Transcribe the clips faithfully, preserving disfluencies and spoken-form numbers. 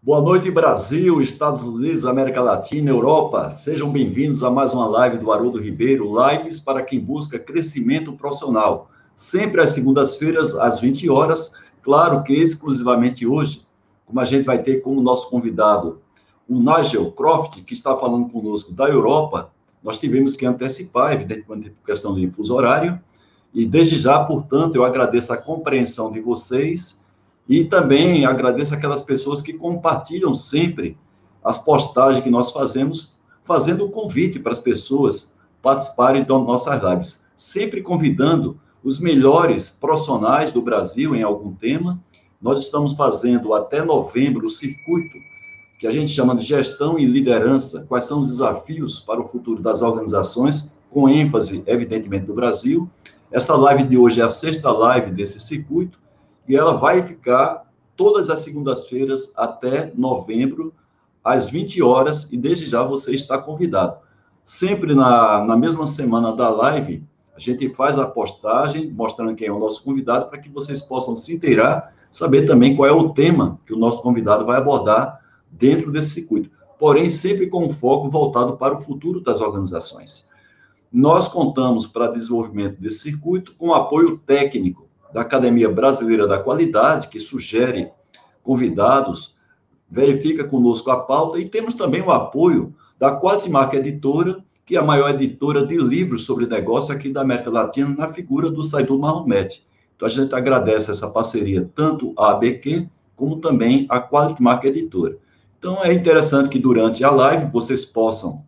Boa noite, Brasil, Estados Unidos, América Latina, Europa. Sejam bem-vindos a mais uma live do Haroldo Ribeiro, lives para quem busca crescimento profissional. Sempre às segundas-feiras, às vinte horas, claro que exclusivamente hoje, como a gente vai ter como nosso convidado o Nigel Croft, que está falando conosco da Europa, nós tivemos que antecipar, evidentemente, por questão de fuso horário, e desde já, portanto, eu agradeço a compreensão de vocês. E também agradeço aquelas pessoas que compartilham sempre as postagens que nós fazemos, fazendo o convite para as pessoas participarem das nossas lives, sempre convidando os melhores profissionais do Brasil em algum tema. Nós estamos fazendo até novembro o circuito que a gente chama de gestão e liderança, quais são os desafios para o futuro das organizações, com ênfase, evidentemente, do Brasil. Esta live de hoje é a sexta live desse circuito, e ela vai ficar todas as segundas-feiras até novembro, às vinte horas, e desde já você está convidado. Sempre na, na mesma semana da live, a gente faz a postagem, mostrando quem é o nosso convidado, para que vocês possam se inteirar, saber também qual é o tema que o nosso convidado vai abordar dentro desse circuito. Porém, sempre com um foco voltado para o futuro das organizações. Nós contamos para desenvolvimento desse circuito com apoio técnico da Academia Brasileira da Qualidade, que sugere convidados, verifica conosco a pauta, e temos também o apoio da Quality Mark Editora, que é a maior editora de livros sobre negócio aqui da América Latina, na figura do Saidul Mahomed. Então, a gente agradece essa parceria, tanto à A B Q, como também à Quality Mark Editora. Então, é interessante que durante a live vocês possam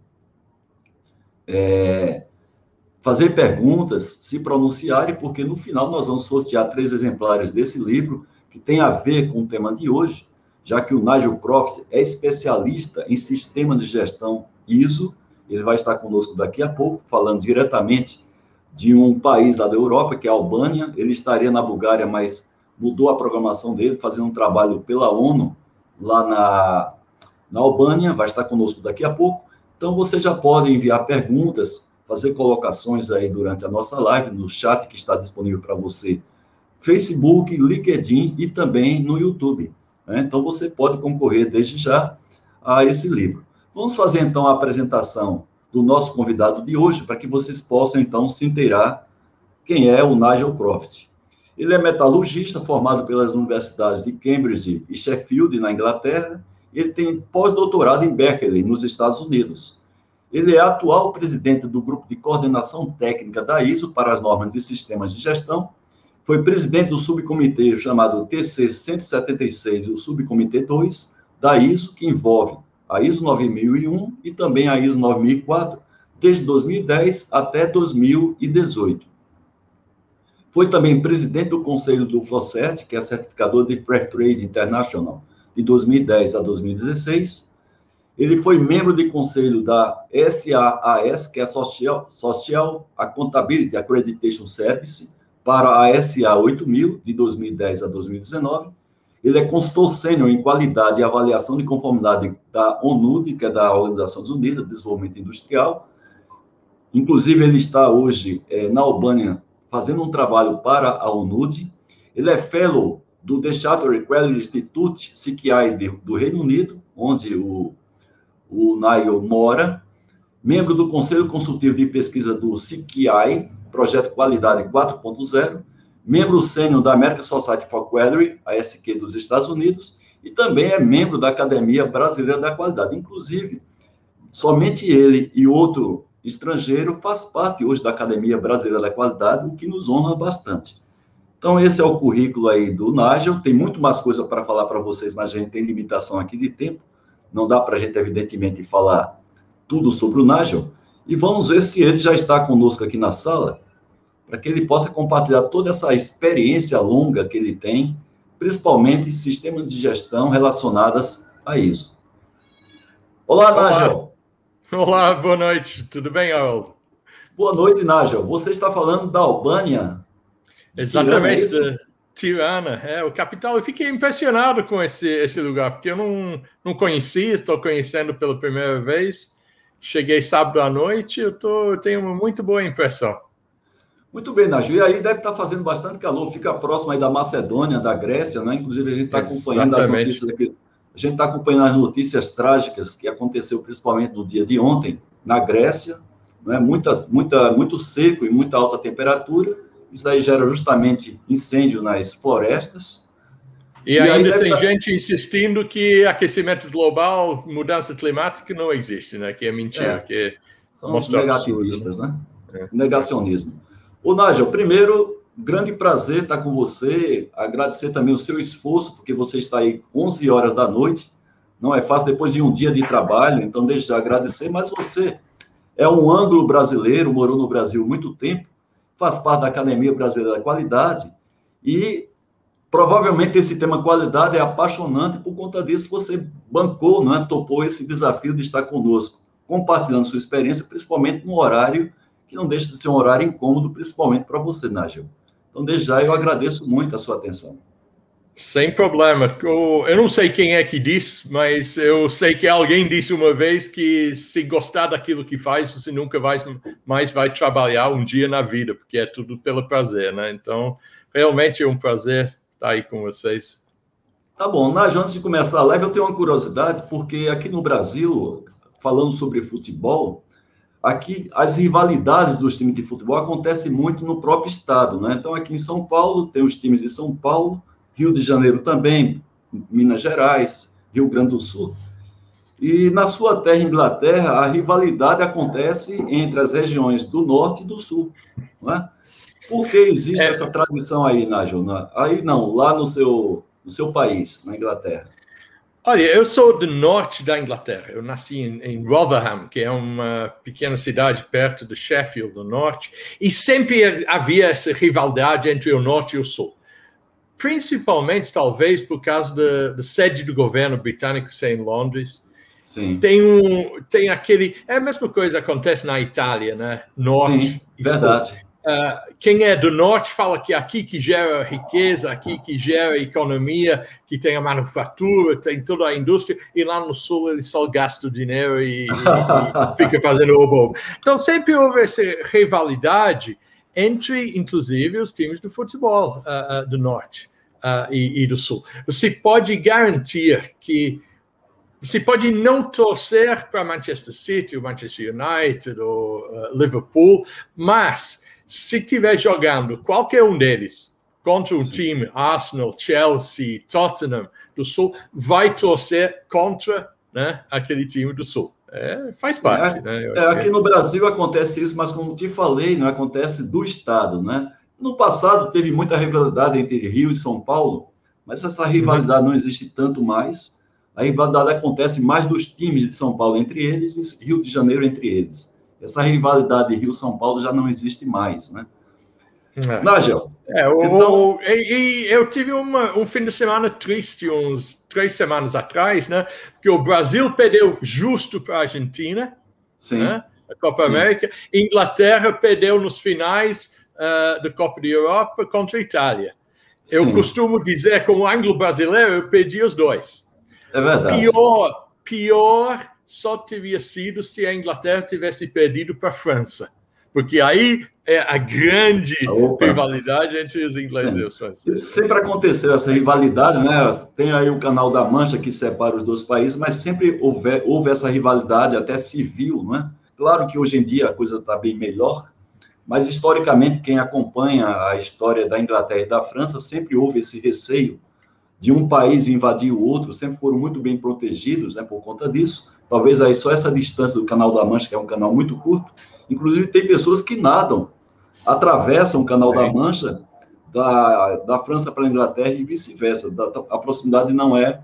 é, fazer perguntas, se pronunciarem, porque no final nós vamos sortear três exemplares desse livro, que tem a ver com o tema de hoje, já que o Nigel Croft é especialista em sistema de gestão I S O, ele vai estar conosco daqui a pouco, falando diretamente de um país lá da Europa, que é a Albânia. Ele estaria na Bulgária, mas mudou a programação dele, fazendo um trabalho pela ONU, lá na, na Albânia, vai estar conosco daqui a pouco. Então, você já pode enviar perguntas, fazer colocações aí durante a nossa live, no chat que está disponível para você, Facebook, LinkedIn e também no YouTube, né? Então, você pode concorrer desde já a esse livro. Vamos fazer, então, a apresentação do nosso convidado de hoje, para que vocês possam, então, se inteirar quem é o Nigel Croft. Ele é metalurgista, formado pelas universidades de Cambridge e Sheffield, na Inglaterra. Ele tem pós-doutorado em Berkeley, nos Estados Unidos. Ele é atual presidente do Grupo de Coordenação Técnica da I S O para as normas de sistemas de gestão. Foi presidente do subcomitê chamado T C cento e setenta e seis e o subcomitê dois da I S O, que envolve a I S O nove mil e um e também a I S O nove mil e quatro, desde dois mil e dez até dois mil e dezoito. Foi também presidente do Conselho do Flowcert, que é certificador de Fair Trade International, de dois mil e dez a dois mil e dezesseis. Ele foi membro de conselho da S A A S, que é a Social, Social Accountability Accreditation Service, para a S A oito mil, de dois mil e dez a dois mil e dezenove. Ele é consultor sênior em qualidade e avaliação de conformidade da ONUD, que é da Organização das Unidas de Desenvolvimento Industrial. Inclusive, ele está hoje é, na Albânia fazendo um trabalho para a ONUD. Ele é fellow do The Chartered Quality Institute, C Q I, do Reino Unido, onde o o Nigel mora, membro do Conselho Consultivo de Pesquisa do C Q I, Projeto Qualidade quatro ponto zero, membro sênior da American Society for Quality, a S Q dos Estados Unidos, e também é membro da Academia Brasileira da Qualidade. Inclusive, somente ele e outro estrangeiro faz parte hoje da Academia Brasileira da Qualidade, o que nos honra bastante. Então, esse é o currículo aí do Nigel. Tem muito mais coisa para falar para vocês, mas a gente tem limitação aqui de tempo. Não dá para a gente, evidentemente, falar tudo sobre o Nigel. E vamos ver se ele já está conosco aqui na sala, para que ele possa compartilhar toda essa experiência longa que ele tem, principalmente em sistemas de gestão relacionadas a isso. Olá, Olá, Nigel. Olá, boa noite. Tudo bem, Haroldo? Boa noite, Nigel. Você está falando da Albânia? Exatamente, da Tirana, é o capital. Eu fiquei impressionado com esse, esse lugar, porque eu não, não conhecia, estou conhecendo pela primeira vez. Cheguei sábado à noite, eu tô, tenho uma muito boa impressão. Muito bem, Nigel. E aí deve estar fazendo bastante calor, fica próximo aí da Macedônia, da Grécia, né? Inclusive a gente está acompanhando as notícias aqui A gente está acompanhando as notícias trágicas que aconteceu principalmente no dia de ontem, na Grécia, né? muita, muita, muito seco e muita alta temperatura. Isso aí gera justamente incêndio nas florestas. E, e ainda tem tá... gente insistindo que aquecimento global, mudança climática não existe, né? Que é mentira, é, que são os negativistas, absurdo, né? né? É. Negacionismo. Ô, Nájel, primeiro, grande prazer estar com você, agradecer também o seu esforço, porque você está aí onze horas da noite, não é fácil depois de um dia de trabalho, então deixa eu agradecer, mas você é um ângulo brasileiro, morou no Brasil há muito tempo, faz parte da Academia Brasileira da Qualidade, e provavelmente esse tema qualidade é apaixonante, por conta disso você bancou, não é? Topou esse desafio de estar conosco, compartilhando sua experiência, principalmente no horário que não deixa de ser um horário incômodo, principalmente para você, Nájel. Então, desde já, eu agradeço muito a sua atenção. Sem problema. Eu não sei quem é que disse, mas eu sei que alguém disse uma vez que se gostar daquilo que faz, você nunca vai, mais vai trabalhar um dia na vida, porque é tudo pelo prazer, né? Então, realmente é um prazer estar aí com vocês. Tá bom. Nájel, antes de começar a live, eu tenho uma curiosidade, porque aqui no Brasil, falando sobre futebol, aqui as rivalidades dos times de futebol acontecem muito no próprio estado, né? Então, aqui em São Paulo, tem os times de São Paulo, Rio de Janeiro também, Minas Gerais, Rio Grande do Sul. E na sua terra, Inglaterra, a rivalidade acontece entre as regiões do norte e do sul, não é? Por que existe é. essa tradição aí, Nájel? Aí não, lá no seu, no seu país, na Inglaterra. Olha, eu sou do norte da Inglaterra. Eu nasci em, em Rotherham, que é uma pequena cidade perto de Sheffield, do norte, e sempre havia essa rivalidade entre o norte e o sul. Principalmente, talvez, por causa da, da sede do governo britânico ser em Londres. Sim. Tem, um, tem aquele... É a mesma coisa que acontece na Itália, né? Norte Sim, e verdade. sul. Uh, quem é do norte fala que aqui que gera riqueza, aqui que gera economia, que tem a manufatura, tem toda a indústria, e lá no sul ele só gasta o dinheiro e, e, e fica fazendo o bobo. Então sempre houve essa rivalidade entre, inclusive, os times de futebol uh, uh, do norte uh, e, e do sul. Você pode garantir que você pode não torcer para Manchester City, ou Manchester United, ou uh, Liverpool, mas se estiver jogando qualquer um deles contra um Sim. time, Arsenal, Chelsea, Tottenham do Sul, vai torcer contra, né, aquele time do Sul. É, faz parte. É, né? É, aqui é. no Brasil acontece isso, mas como te falei, não acontece do Estado, né? No passado teve muita rivalidade entre Rio e São Paulo, mas essa rivalidade uhum. não existe tanto mais. A rivalidade acontece mais dos times de São Paulo entre eles e Rio de Janeiro entre eles. Essa rivalidade de Rio-São Paulo já não existe mais, né? É. Nájel, é, o, então... o, e, e eu tive uma, um fim de semana triste, uns três semanas atrás, né? Que o Brasil perdeu justo para a Argentina, Sim. né? A Copa Sim. América. Inglaterra perdeu nos finais uh, da Copa de Europa contra a Itália. Eu Sim. costumo dizer, como anglo-brasileiro, eu perdi os dois. É verdade. Pior, pior... só teria sido se a Inglaterra tivesse perdido para a França. Porque aí é a grande Opa. rivalidade entre os ingleses Sim. e os franceses. Isso sempre aconteceu, essa rivalidade, né? Tem aí o Canal da Mancha que separa os dois países, mas sempre houve, houve essa rivalidade até civil, não é? Claro que hoje em dia a coisa está bem melhor, mas historicamente quem acompanha a história da Inglaterra e da França sempre houve esse receio de um país invadir o outro, sempre foram muito bem protegidos, né, por conta disso. Talvez aí só essa distância do Canal da Mancha, que é um canal muito curto, inclusive tem pessoas que nadam, atravessam o Canal é. da Mancha da, da França para a Inglaterra e vice-versa. A proximidade não é,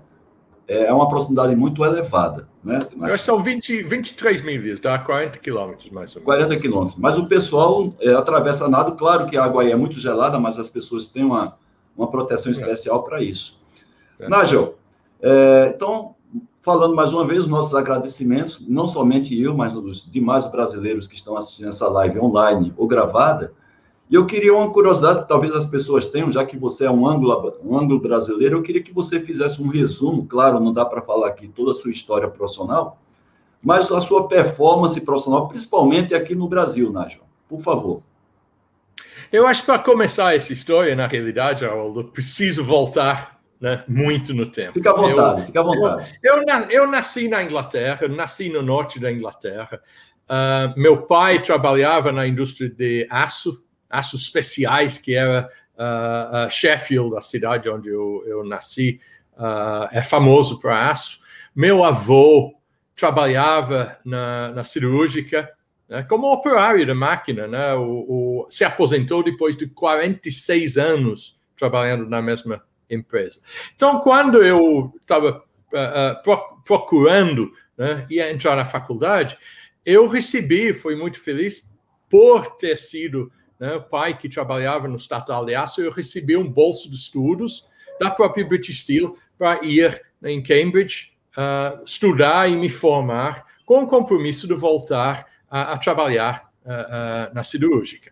é uma proximidade muito elevada, né? Eu acho que são vinte, vinte e três milhas, dá quarenta quilômetros mais ou menos. quarenta quilômetros. Mas o pessoal é, atravessa nado, claro que a água aí é muito gelada, mas as pessoas têm uma, uma proteção especial é. para isso. É. Nájel, é, então, falando mais uma vez, nossos agradecimentos, não somente eu, mas os demais brasileiros que estão assistindo essa live online ou gravada. E eu queria uma curiosidade que talvez as pessoas tenham, já que você é um ângulo, um ângulo brasileiro, eu queria que você fizesse um resumo, claro, não dá para falar aqui toda a sua história profissional, mas a sua performance profissional, principalmente aqui no Brasil, Nájel. Por favor. Eu acho que para começar essa história, na realidade, Haroldo, preciso voltar né, muito no tempo. Fica à vontade, eu, fica à vontade. Eu, eu, eu nasci na Inglaterra, nasci no norte da Inglaterra. Uh, meu pai trabalhava na indústria de aço, aços especiais, que era uh, uh, Sheffield, a cidade onde eu, eu nasci, uh, é famoso para aço. Meu avô trabalhava na, na cirúrgica, né, como operário da máquina, né, o, o, se aposentou depois de quarenta e seis anos trabalhando na mesma empresa. Então, quando eu estava uh, uh, procurando, né, ia entrar na faculdade, eu recebi, fui muito feliz por ter sido, né, o pai que trabalhava no estatal de aço, eu recebi um bolso de estudos da própria British Steel para ir em Cambridge uh, estudar e me formar com o compromisso de voltar a, a trabalhar uh, uh, na siderúrgica.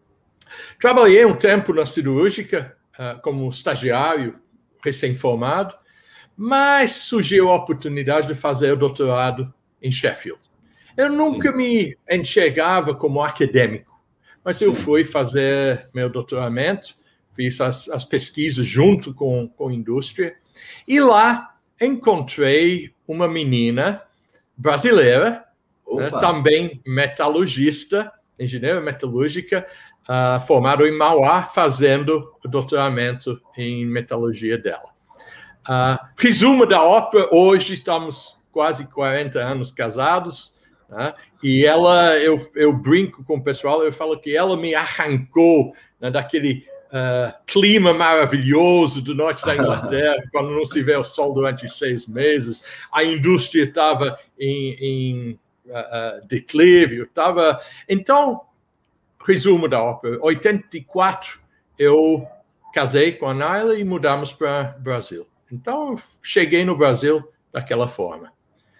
Trabalhei um tempo na siderúrgica uh, como estagiário recém-formado, mas surgiu a oportunidade de fazer o doutorado em Sheffield. Eu nunca Sim. me enxergava como acadêmico, mas Sim. eu fui fazer meu doutoramento, fiz as, as pesquisas junto com, com a indústria, e lá encontrei uma menina brasileira, né, também metalurgista, engenheira metalúrgica, uh, formada em Mauá, fazendo o doutoramento em metalurgia dela. Uh, resumo da ópera, hoje estamos quase quarenta anos casados, né, e ela, eu, eu brinco com o pessoal, eu falo que ela me arrancou, né, daquele uh, clima maravilhoso do norte da Inglaterra, quando não se vê o sol durante seis meses, a indústria estava em, em uh, uh, declive, estava... Então, resumo da ópera, em oitenta e quatro eu casei com a Naila e mudamos para o Brasil. Então, cheguei no Brasil daquela forma.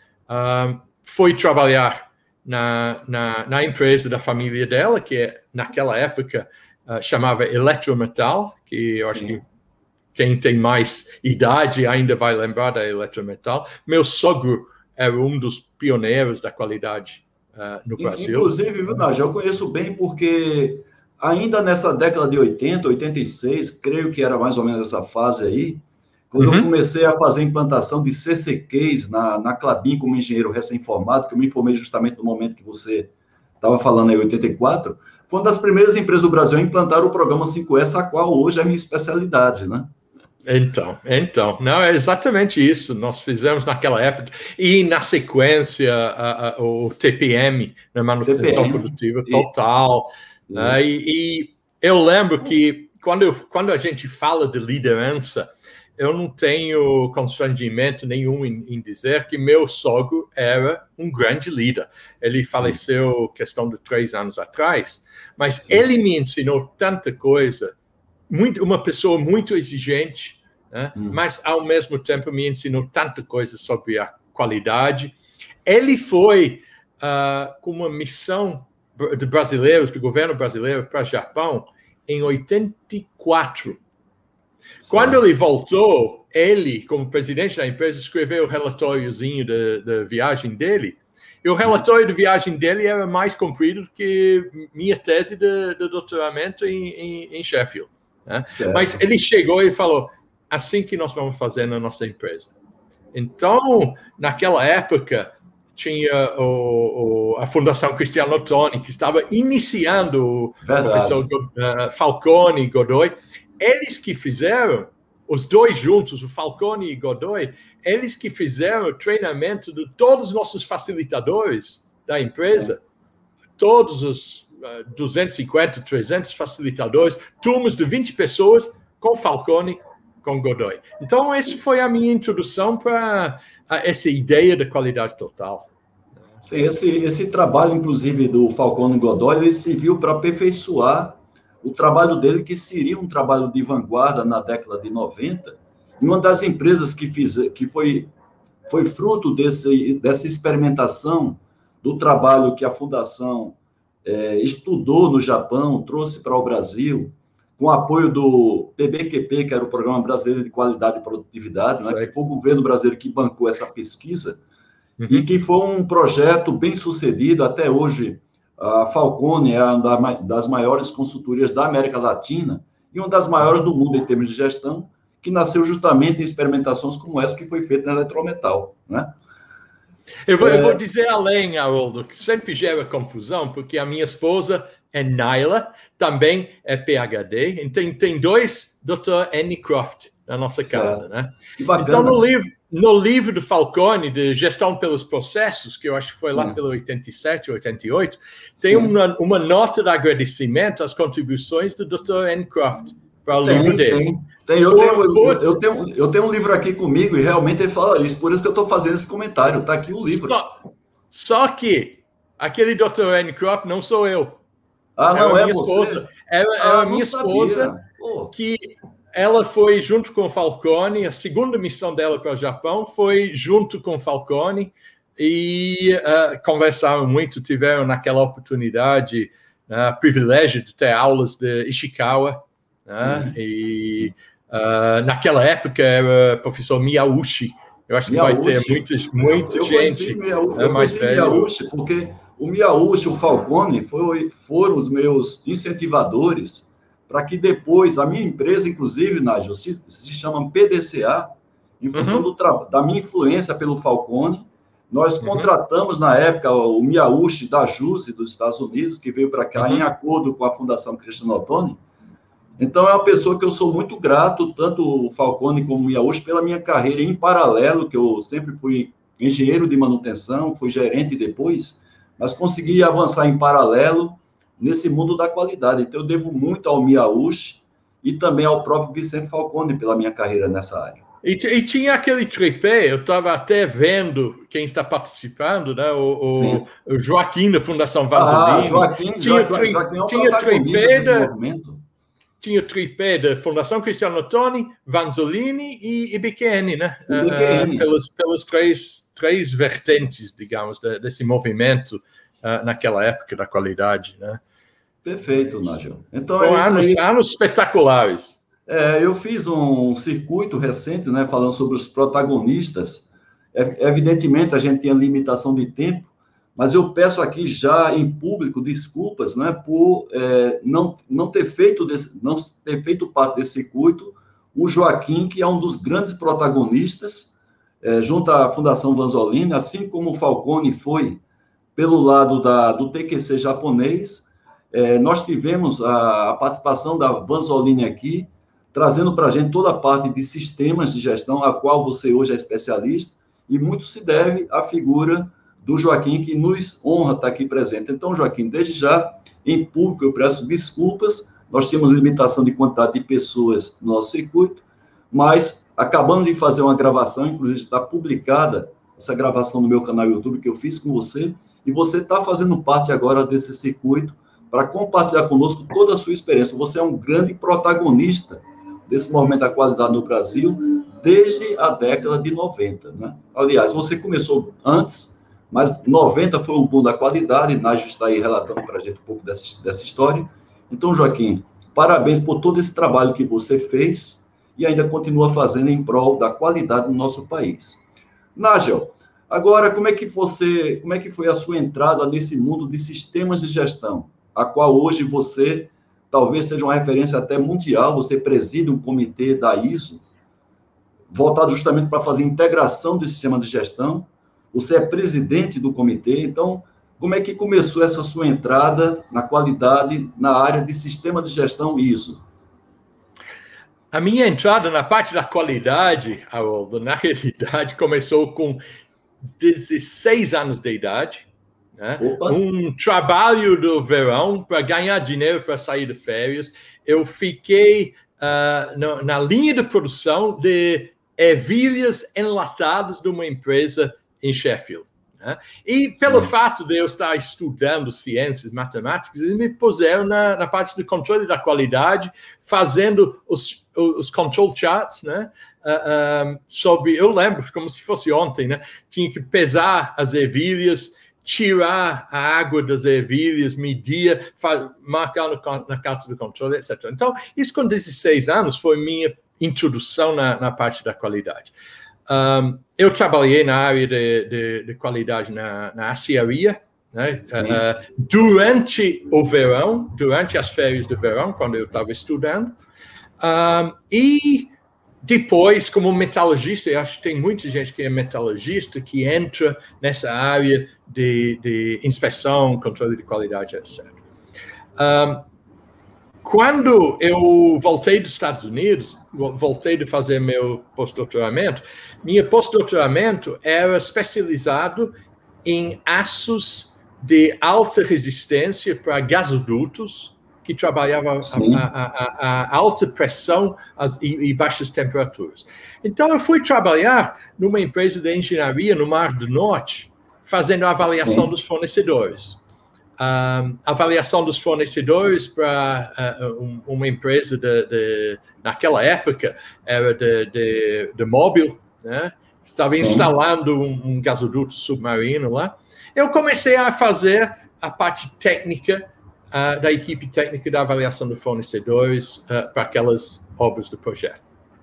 Uh, fui trabalhar na, na, na empresa da família dela, que naquela época uh, chamava Eletrometal, que eu Sim. acho que quem tem mais idade ainda vai lembrar da Eletrometal. Meu sogro era um dos pioneiros da qualidade uh, no Brasil. Inclusive, viu, Nájio, eu conheço bem porque ainda nessa década de oitenta, oitenta e seis, creio que era mais ou menos essa fase aí, quando uhum. eu comecei a fazer implantação de C C Qs na, na Klabin como engenheiro recém-formado, que eu me informei justamente no momento que você estava falando aí, oitenta e quatro, foi uma das primeiras empresas do Brasil a implantar o programa cinco S, a qual hoje é a minha especialidade, né? Então, então, não, é exatamente isso. Nós fizemos naquela época, e na sequência, a, a, o T P M, na manutenção T P M, produtiva total. E, né? e, e eu lembro que quando, eu, quando a gente fala de liderança, eu não tenho constrangimento nenhum em, em dizer que meu sogro era um grande líder. Ele faleceu questão de três anos atrás, mas Sim. ele me ensinou tanta coisa, muito, uma pessoa muito exigente, né? hum. mas ao mesmo tempo me ensinou tanta coisa sobre a qualidade. Ele foi uh, com uma missão de brasileiros, do governo brasileiro para o Japão, em oitenta e quatro. Sim. Quando ele voltou, ele, como presidente da empresa, escreveu o relatóriozinho da, da viagem dele. E o relatório de viagem dele era mais comprido do que minha tese de, de doutoramento em, em, em Sheffield. Né? Mas ele chegou e falou, assim que nós vamos fazer na nossa empresa. Então, naquela época, tinha o, o, a Fundação Cristiano Ottoni, que estava iniciando o Verdade. professor uh, Falcone e Godoy. Eles que fizeram, os dois juntos, o Falcone e Godoy, eles que fizeram o treinamento de todos os nossos facilitadores da empresa, Sim. todos os uh, duzentos e cinquenta, trezentos facilitadores, turmas de vinte pessoas com Falcone, com Godoy. Então, essa foi a minha introdução para essa ideia de qualidade total. Sim, esse, esse trabalho, inclusive, do Falcone e Godoy, ele serviu para aperfeiçoar o trabalho dele, que seria um trabalho de vanguarda na década de noventa, e uma das empresas que, fiz, que foi, foi fruto desse, dessa experimentação do trabalho que a Fundação é, estudou no Japão, trouxe para o Brasil, com o apoio do P B Q P, que era o Programa Brasileiro de Qualidade e Produtividade, né, que foi o governo brasileiro que bancou essa pesquisa, uhum. e que foi um projeto bem sucedido. Até hoje, a Falcone é uma das maiores consultorias da América Latina e uma das maiores do mundo em termos de gestão, que nasceu justamente em experimentações como essa que foi feita na Eletrometal, né? Eu vou, é... eu vou dizer além, Haroldo, que sempre gera confusão, porque a minha esposa é Naila, também é P H D, então tem dois doutor N. Croft na nossa certo. casa, né? Que bacana. Então, no livro, no livro do Falcone, de Gestão pelos Processos, que eu acho que foi lá Sim. pelo oitenta e sete, oitenta e oito, tem uma, uma nota de agradecimento às contribuições do doutor N. Croft para o tem, livro dele. Tem, tem. Eu, por, tenho, por... Eu, eu, tenho, eu tenho um livro aqui comigo e realmente ele fala isso, por isso que eu estou fazendo esse comentário. Está aqui o livro. Só, só que aquele doutor N. Croft não sou eu. Ah, não é é minha você? Esposa. É, é ah, a minha esposa oh. que ela foi junto com o Falcone, a segunda missão dela para o Japão foi junto com o Falcone e uh, conversaram muito, tiveram naquela oportunidade o uh, privilégio de ter aulas de Ishikawa, né? E uh, naquela época era o professor Miyauchi. Eu acho que Miyauchi. vai ter muitas, muita eu gente Miyauchi, né, eu mais velha. Miyauchi porque o Miyauchi e o Falcone foi, foram os meus incentivadores para que depois, a minha empresa, inclusive, Nigel, se, se chama P D C A, em função uhum. do da minha influência pelo Falcone, nós uhum. contratamos, na época, o Miyauchi da Juse, dos Estados Unidos, que veio para cá uhum. em acordo com a Fundação Cristiano Ottoni. Então, é uma pessoa que eu sou muito grato, tanto o Falcone como o Miyauchi, pela minha carreira em paralelo, que eu sempre fui engenheiro de manutenção, fui gerente depois, mas consegui avançar em paralelo nesse mundo da qualidade. Então, eu devo muito ao Miyauchi e também ao próprio Vicente Falcone pela minha carreira nessa área. E, e tinha aquele tripé, eu estava até vendo quem está participando, né? o, o, o Joaquim da Fundação Vanzolini. Ah, Joaquim, tinha, Joaquim, Joaquim é um tinha protagonista tripé desse da, movimento. Tinha o tripé da Fundação Cristiano Ottoni, Vanzolini e, e B Q N, né? B Q N. Uh, pelas, pelas três, três vertentes, digamos, de, desse movimento uh, naquela época da qualidade, né? Perfeito, Nigel. Então, Bom, é anos, isso aí. anos espetaculares. É, eu fiz um circuito recente, né, falando sobre os protagonistas. É, evidentemente, a gente tem a limitação de tempo, mas eu peço aqui já em público desculpas, né, por é, não, não, ter feito desse, não ter feito parte desse circuito o Joaquim, que é um dos grandes protagonistas, é, junto à Fundação Vanzolini, assim como o Falcone foi pelo lado da, do T Q C japonês. É, nós tivemos a, a participação da Vanzolini aqui, trazendo para a gente toda a parte de sistemas de gestão, a qual você hoje é especialista, e muito se deve à figura do Joaquim, que nos honra estar aqui presente. Então, Joaquim, desde já, em público, eu peço desculpas, nós tínhamos limitação de quantidade de pessoas no nosso circuito, mas acabamos de fazer uma gravação, inclusive está publicada essa gravação no meu canal YouTube, que eu fiz com você, e você está fazendo parte agora desse circuito, para compartilhar conosco toda a sua experiência. Você é um grande protagonista desse movimento da qualidade no Brasil desde a década de noventa, né? Aliás, você começou antes, mas noventa foi o boom da qualidade, Nájio está aí relatando para a gente um pouco dessa, dessa história. Então, Joaquim, parabéns por todo esse trabalho que você fez e ainda continua fazendo em prol da qualidade no nosso país. Nájio, agora, como é que você, como é que foi a sua entrada nesse mundo de sistemas de gestão, a qual hoje você talvez seja uma referência até mundial, você preside um comitê da I S O, voltado justamente para fazer integração de sistema de gestão, você é presidente do comitê, então, como é que começou essa sua entrada na qualidade, na área de sistema de gestão I S O? A minha entrada na parte da qualidade, Haroldo, na realidade, começou com dezesseis anos de idade, né? Um trabalho do verão para ganhar dinheiro para sair de férias. Eu fiquei uh, no, na linha de produção de ervilhas enlatadas de uma empresa em Sheffield, né? E pelo Sim. fato de eu estar estudando ciências, matemáticas, eles me puseram na, na parte de controle da qualidade, fazendo os, os control charts, né? Uh, um, sobre, eu lembro como se fosse ontem, né? Tinha que pesar as ervilhas, tirar a água das ervilhas, medir, marcar no, na carta de controle, etcétera. Então, isso com dezesseis anos foi minha introdução na, na parte da qualidade. Um, eu trabalhei na área de, de, de qualidade na, na aciaria, né? uh, durante o verão, durante as férias de verão, quando eu estava estudando, um, e depois, como metalurgista, eu acho que tem muita gente que é metalurgista que entra nessa área de, de inspeção, controle de qualidade, etcétera. Um, quando eu voltei dos Estados Unidos, voltei de fazer meu pós-doutoramento, meu pós-doutoramento era especializado em aços de alta resistência para gasodutos, que trabalhava a, a, a, a alta pressão as, e, e baixas temperaturas. Então, eu fui trabalhar numa empresa de engenharia no Mar do Norte, fazendo a avaliação Sim. dos fornecedores. Um, avaliação dos fornecedores para uh, um, uma empresa, de, de, naquela época, era de, de, de móvel, né? Estava Sim. instalando um, um gasoduto submarino lá. Eu comecei a fazer a parte técnica uh, da equipe técnica da avaliação de fornecedores uh, para aquelas obras do projeto.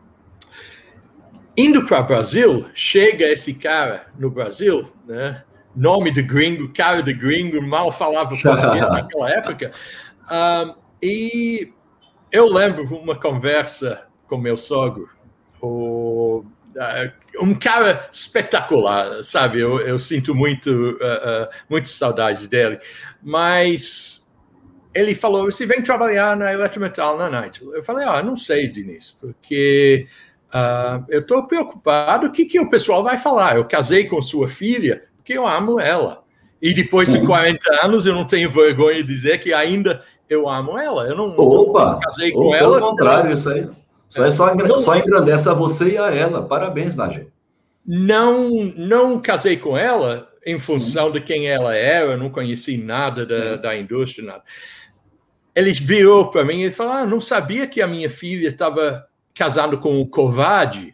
Indo para o Brasil, chega esse cara no Brasil, né? Nome de gringo, cara de gringo, mal falava português naquela época. Um, e eu lembro uma conversa com meu sogro, o, uh, um cara espetacular, sabe? Eu, eu sinto muito, uh, uh, muito saudade dele. Mas ele falou, você vem trabalhar na Eletrometal, na Nigel? Eu falei, ah, não sei, Diniz, porque uh, eu estou preocupado, o que, que o pessoal vai falar? Eu casei com sua filha, que eu amo ela. E depois Sim. de quarenta anos, eu não tenho vergonha de dizer que ainda eu amo ela. Eu não, Opa, não casei com ela. Pelo contrário, isso aí, isso aí só, engra, não, só engrandece a você e a ela. Parabéns, Nádia. Não, não casei com ela em função Sim. de quem ela era, não conheci nada da, da indústria, nada. Ele virou para mim e falou, ah, não sabia que a minha filha estava casando com o covarde.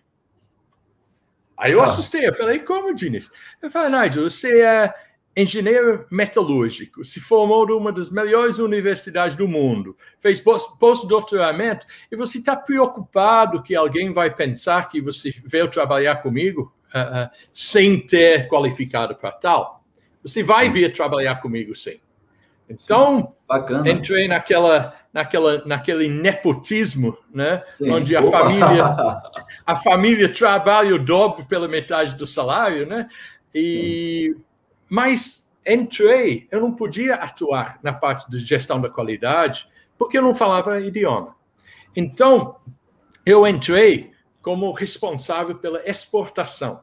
Aí eu assustei, eu falei, como, Diniz? Eu falei, Nigel, você é engenheiro metalúrgico, se formou numa das melhores universidades do mundo, fez pós-doutoramento, e você está preocupado que alguém vai pensar que você veio trabalhar comigo uh, uh, sem ter qualificado para tal? Você vai sim. vir trabalhar comigo, sim. Então, sim. entrei naquela, naquela, naquele nepotismo, né? Onde a família, a família trabalha o dobro pela metade do salário, né? E, mas entrei, eu não podia atuar na parte de gestão da qualidade porque eu não falava idioma. Então, eu entrei como responsável pela exportação.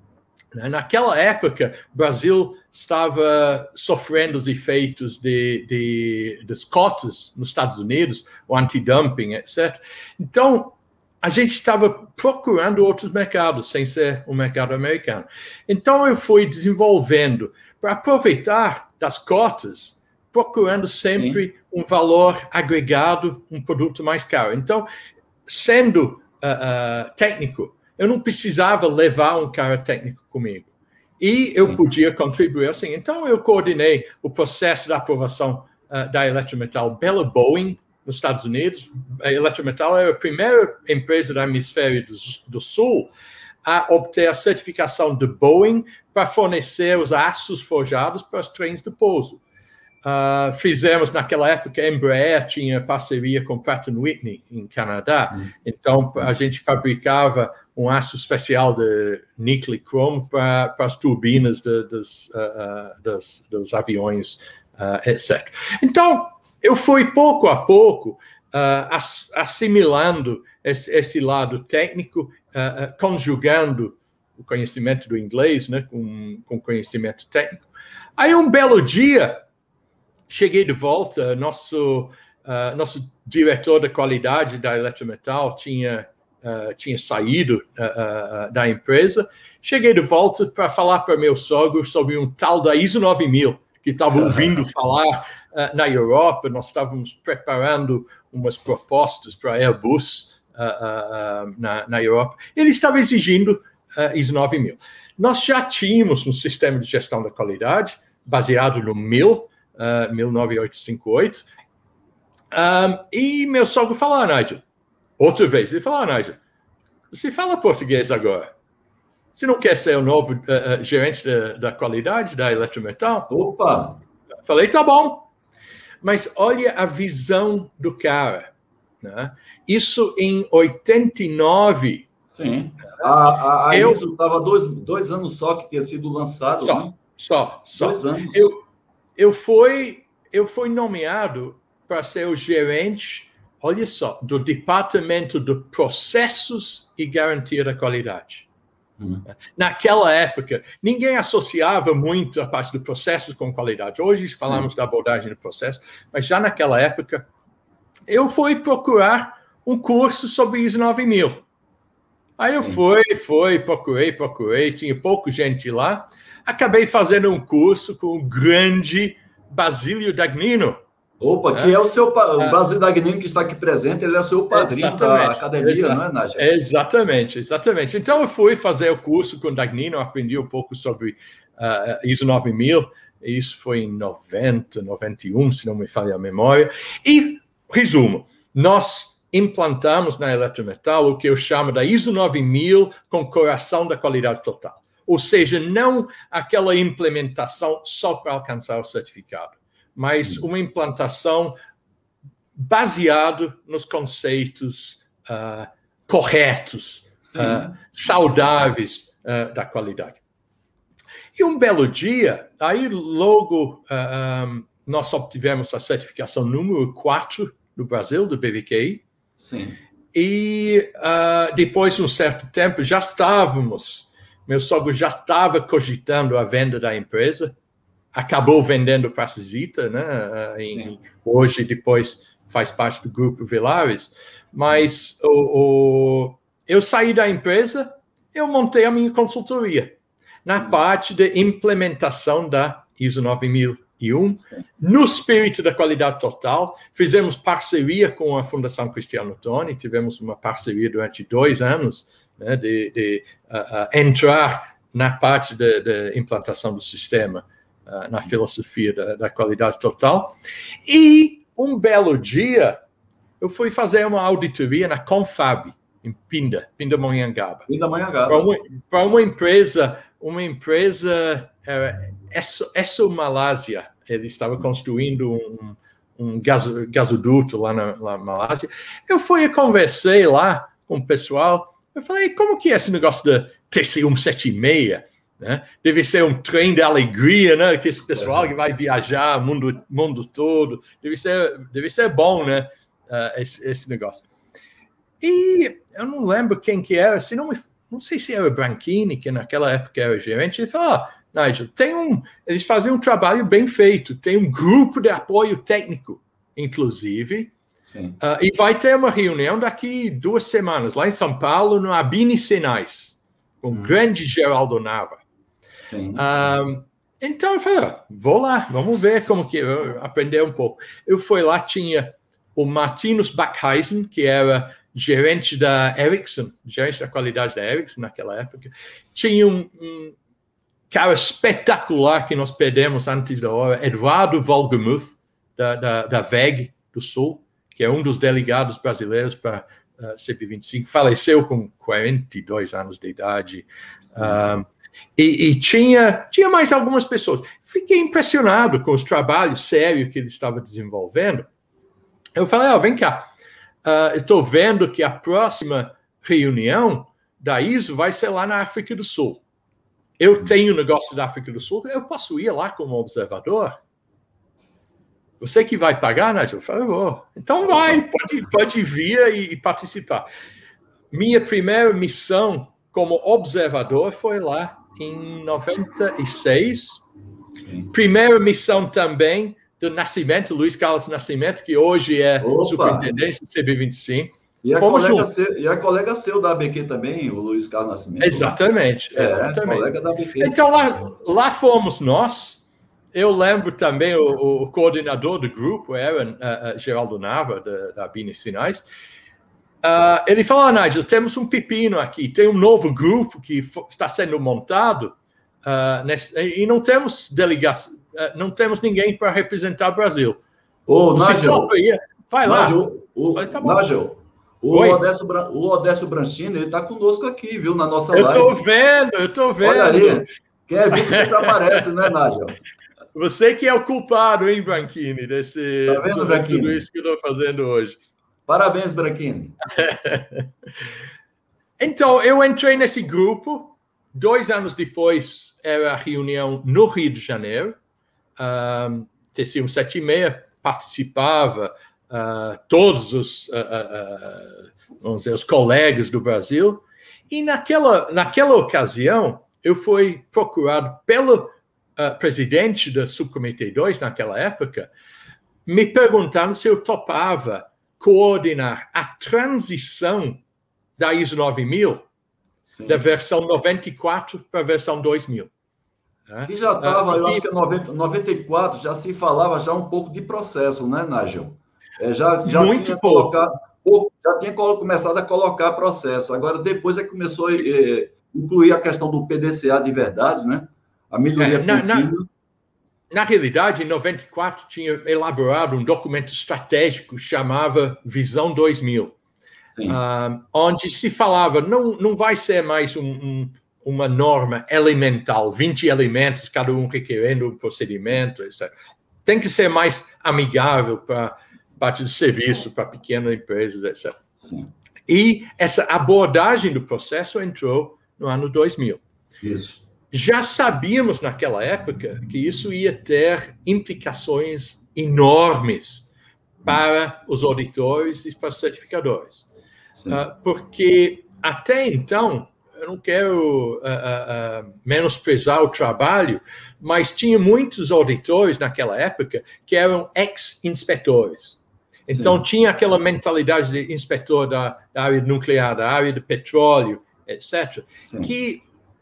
Naquela época, o Brasil estava sofrendo os efeitos de, de, das cotas nos Estados Unidos, o anti-dumping, etcétera. Então, a gente estava procurando outros mercados, sem ser o mercado americano. Então, eu fui desenvolvendo, para aproveitar das cotas, procurando sempre Sim. um valor agregado, um produto mais caro. Então, sendo uh, uh, técnico, eu não precisava levar um cara técnico comigo. E Sim. eu podia contribuir assim. Então, eu coordenei o processo da aprovação uh, da Eletrometal pela Boeing, nos Estados Unidos. A Eletrometal era a primeira empresa do hemisfério do, do Sul a obter a certificação de Boeing para fornecer os aços forjados para os trens de pouso. Uh, fizemos, naquela época, a Embraer tinha parceria com Pratt and Whitney, em Canadá. Uhum. Então, a gente fabricava um aço especial de níquel e cromo para as turbinas de, dos, uh, dos, dos aviões, uh, etcétera. Então, eu fui, pouco a pouco, uh, ass, assimilando esse, esse lado técnico, uh, uh, conjugando o conhecimento do inglês, né, com, com conhecimento técnico. Aí, um belo dia, cheguei de volta, nosso, uh, nosso diretor da qualidade da Eletrometal tinha, uh, tinha saído uh, uh, da empresa. Cheguei de volta para falar para meu sogro sobre um tal da I S O nove mil, que estava ouvindo falar uh, na Europa. Nós estávamos preparando umas propostas para a Airbus uh, uh, uh, na, na Europa. Ele estava exigindo uh, I S O nove mil. Nós já tínhamos um sistema de gestão da qualidade baseado no mil, Uh, mil novecentos e cinquenta e oito, um, e meu sogro falou, ah, Nigel, outra vez, ele falou, ah, Nigel, você fala português agora, você não quer ser o novo uh, uh, gerente da, da qualidade da Eletrometal? Opa! Falei, tá bom, mas olha a visão do cara, né? Isso em oitenta e nove, Sim. A, a, a eu, ISO estava dois, dois anos só que tinha sido lançado, só, né? Só, só. Dois anos. Eu, eu, fui, eu fui nomeado para ser o gerente, olha só, do Departamento de Processos e Garantia da Qualidade. Hum. Naquela época, ninguém associava muito a parte de processos com qualidade. Hoje falamos Sim. da abordagem do processo, mas já naquela época, eu fui procurar um curso sobre ISO nove mil. Aí Sim. eu fui, fui, procurei, procurei, tinha pouca gente lá. Acabei fazendo um curso com o grande Basílio Dagnino. Opa, né? Que é o seu o Basílio Dagnino que está aqui presente, ele é o seu padrinho exatamente, da academia, exa- não é, Nájio? Exatamente, exatamente. Então eu fui fazer o curso com o Dagnino, aprendi um pouco sobre uh, ISO nove mil, isso foi em noventa, noventa e um, se não me falha a memória. E, resumo, nós implantamos na Eletrometal o que eu chamo da ISO nove mil com coração da qualidade total. Ou seja, não aquela implementação só para alcançar o certificado, mas uma implantação baseada nos conceitos uh, corretos, uh, saudáveis uh, da qualidade. E um belo dia, aí logo uh, um, nós obtivemos a certificação número quatro do Brasil, do B V Q I. Sim. E uh, depois de um certo tempo já estávamos... Meu sogro já estava cogitando a venda da empresa, acabou vendendo para a Cisita, né? Em, hoje, depois, faz parte do Grupo Vilares. Mas o, o, eu saí da empresa, eu montei a minha consultoria na parte de implementação da ISO nove mil e um, Sim. no espírito da qualidade total. Fizemos parceria com a Fundação Cristiano Toni, tivemos uma parceria durante dois anos, né, de, de uh, uh, entrar na parte da implantação do sistema, uh, na filosofia da, da qualidade total. E um belo dia, eu fui fazer uma auditoria na Confab, em Pinda, Pindamonhangaba. Pindamonhangaba. Para uma, para uma empresa, uma empresa, uh, Esso, Esso Malásia, ele estava construindo um, um gaso, gasoduto lá na, lá na Malásia. Eu fui e conversei lá com o pessoal. Eu falei, como que é esse negócio da T C cento e setenta e seis? Né? Deve ser um trem de alegria, né? Que esse pessoal que vai viajar o mundo, mundo todo. Deve ser, deve ser bom, né? Uh, esse, esse negócio. E eu não lembro quem que era, se não, me, não sei se era o Branchini, que naquela época era gerente. Ele falou, ah, Nigel, tem um, eles fazem um trabalho bem feito, tem um grupo de apoio técnico, inclusive. Sim. Uh, e vai ter uma reunião daqui duas semanas, lá em São Paulo, no Abini Sinais, com hum. o grande Geraldo Nava. Sim. Um, então, eu falei, ah, vou lá, vamos ver como que eu aprender um pouco. Eu fui lá, tinha o Martinus Backhuisen, que era gerente da Ericsson, gerente da qualidade da Ericsson naquela época. Tinha um, um cara espetacular que nós perdemos antes da hora, Eduardo Volgemuth, da, da, da V E G do Sul, que é um dos delegados brasileiros para uh, C P vinte e cinco, faleceu com quarenta e dois anos de idade. Um, e e tinha, tinha mais algumas pessoas. Fiquei impressionado com os trabalhos sérios que ele estava desenvolvendo. Eu falei, oh, vem cá, uh, eu estou vendo que a próxima reunião da ISO vai ser lá na África do Sul. Eu tenho um negócio da África do Sul, eu posso ir lá como observador? Você que vai pagar, Nigel? Eu falei, oh, então vai, pode, pode vir e, e participar. Minha primeira missão como observador foi lá em noventa e seis. Sim. Primeira missão também do Nascimento, Luiz Carlos Nascimento, que hoje é Opa. superintendente do C B vinte e cinco. E a, colega seu, e a colega seu da A B Q também, o Luiz Carlos Nascimento. Exatamente, né? exatamente. É, colega da A B Q. Então, lá, lá fomos nós. Eu lembro também o, o coordenador do grupo, era uh, uh, Geraldo Nava, da, da Abini Sinais. Uh, ele falou, ah, Nigel, temos um pepino aqui, tem um novo grupo que está sendo montado uh, nesse, e não temos delegação, uh, não temos ninguém para representar o Brasil. Ô, Nigel, vai Nigel, lá. O, vai, tá Nigel, o Odécio, o Odécio Branchini, ele está conosco aqui, viu, na nossa eu live. Eu estou vendo, eu estou vendo. Olha aí, quer vir que sempre aparece, né, Nigel? Você que é o culpado, hein, Branchini, desse, tá vendo, tudo, Branchini? tudo isso que eu estou fazendo hoje. Parabéns, Branchini. Então, eu entrei nesse grupo. Dois anos depois, era a reunião no Rio de Janeiro. Um, T C cento e setenta e seis participava, uh, todos os, uh, uh, vamos dizer, os colegas do Brasil. E naquela, naquela ocasião, eu fui procurado pelo uh, presidente da Subcomitê dois, naquela época, me perguntando se eu topava coordenar a transição da I S O nove mil, sim, da versão noventa e quatro para a versão dois mil. Né? Que já estava, uh, eu acho que em noventa e quatro já se falava já um pouco de processo, né, Nigel? É, já, já muito tinha pouco. colocado, já tinha começado a colocar processo. Agora, depois é que começou a é, incluir a questão do P D C A de verdade, né? A melhoria é, na, contínua. Na... Na realidade, em noventa e quatro, tinha elaborado um documento estratégico chamava Visão dois mil, uh, onde se falava, não, não vai ser mais um, um, uma norma elemental, vinte elementos, cada um requerendo um procedimento, etcétera. Tem que ser mais amigável para parte do serviço, para pequenas empresas, etcétera. Sim. E essa abordagem do processo entrou no ano dois mil. Isso. Já sabíamos naquela época que isso ia ter implicações enormes para os auditores e para os certificadores. Uh, porque até então, eu não quero uh, uh, uh, menosprezar o trabalho, mas tinha muitos auditores naquela época que eram ex-inspetores. Então, Sim. tinha aquela mentalidade de inspetor da, da área nuclear, da área de petróleo, etcétera, Sim. que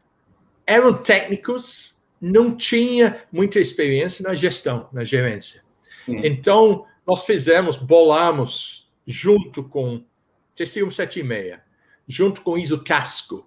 eram técnicos, não tinha muita experiência na gestão, na gerência. Sim. Então, nós fizemos, bolamos, junto com T C cento e setenta e seis, junto com I S O Casco,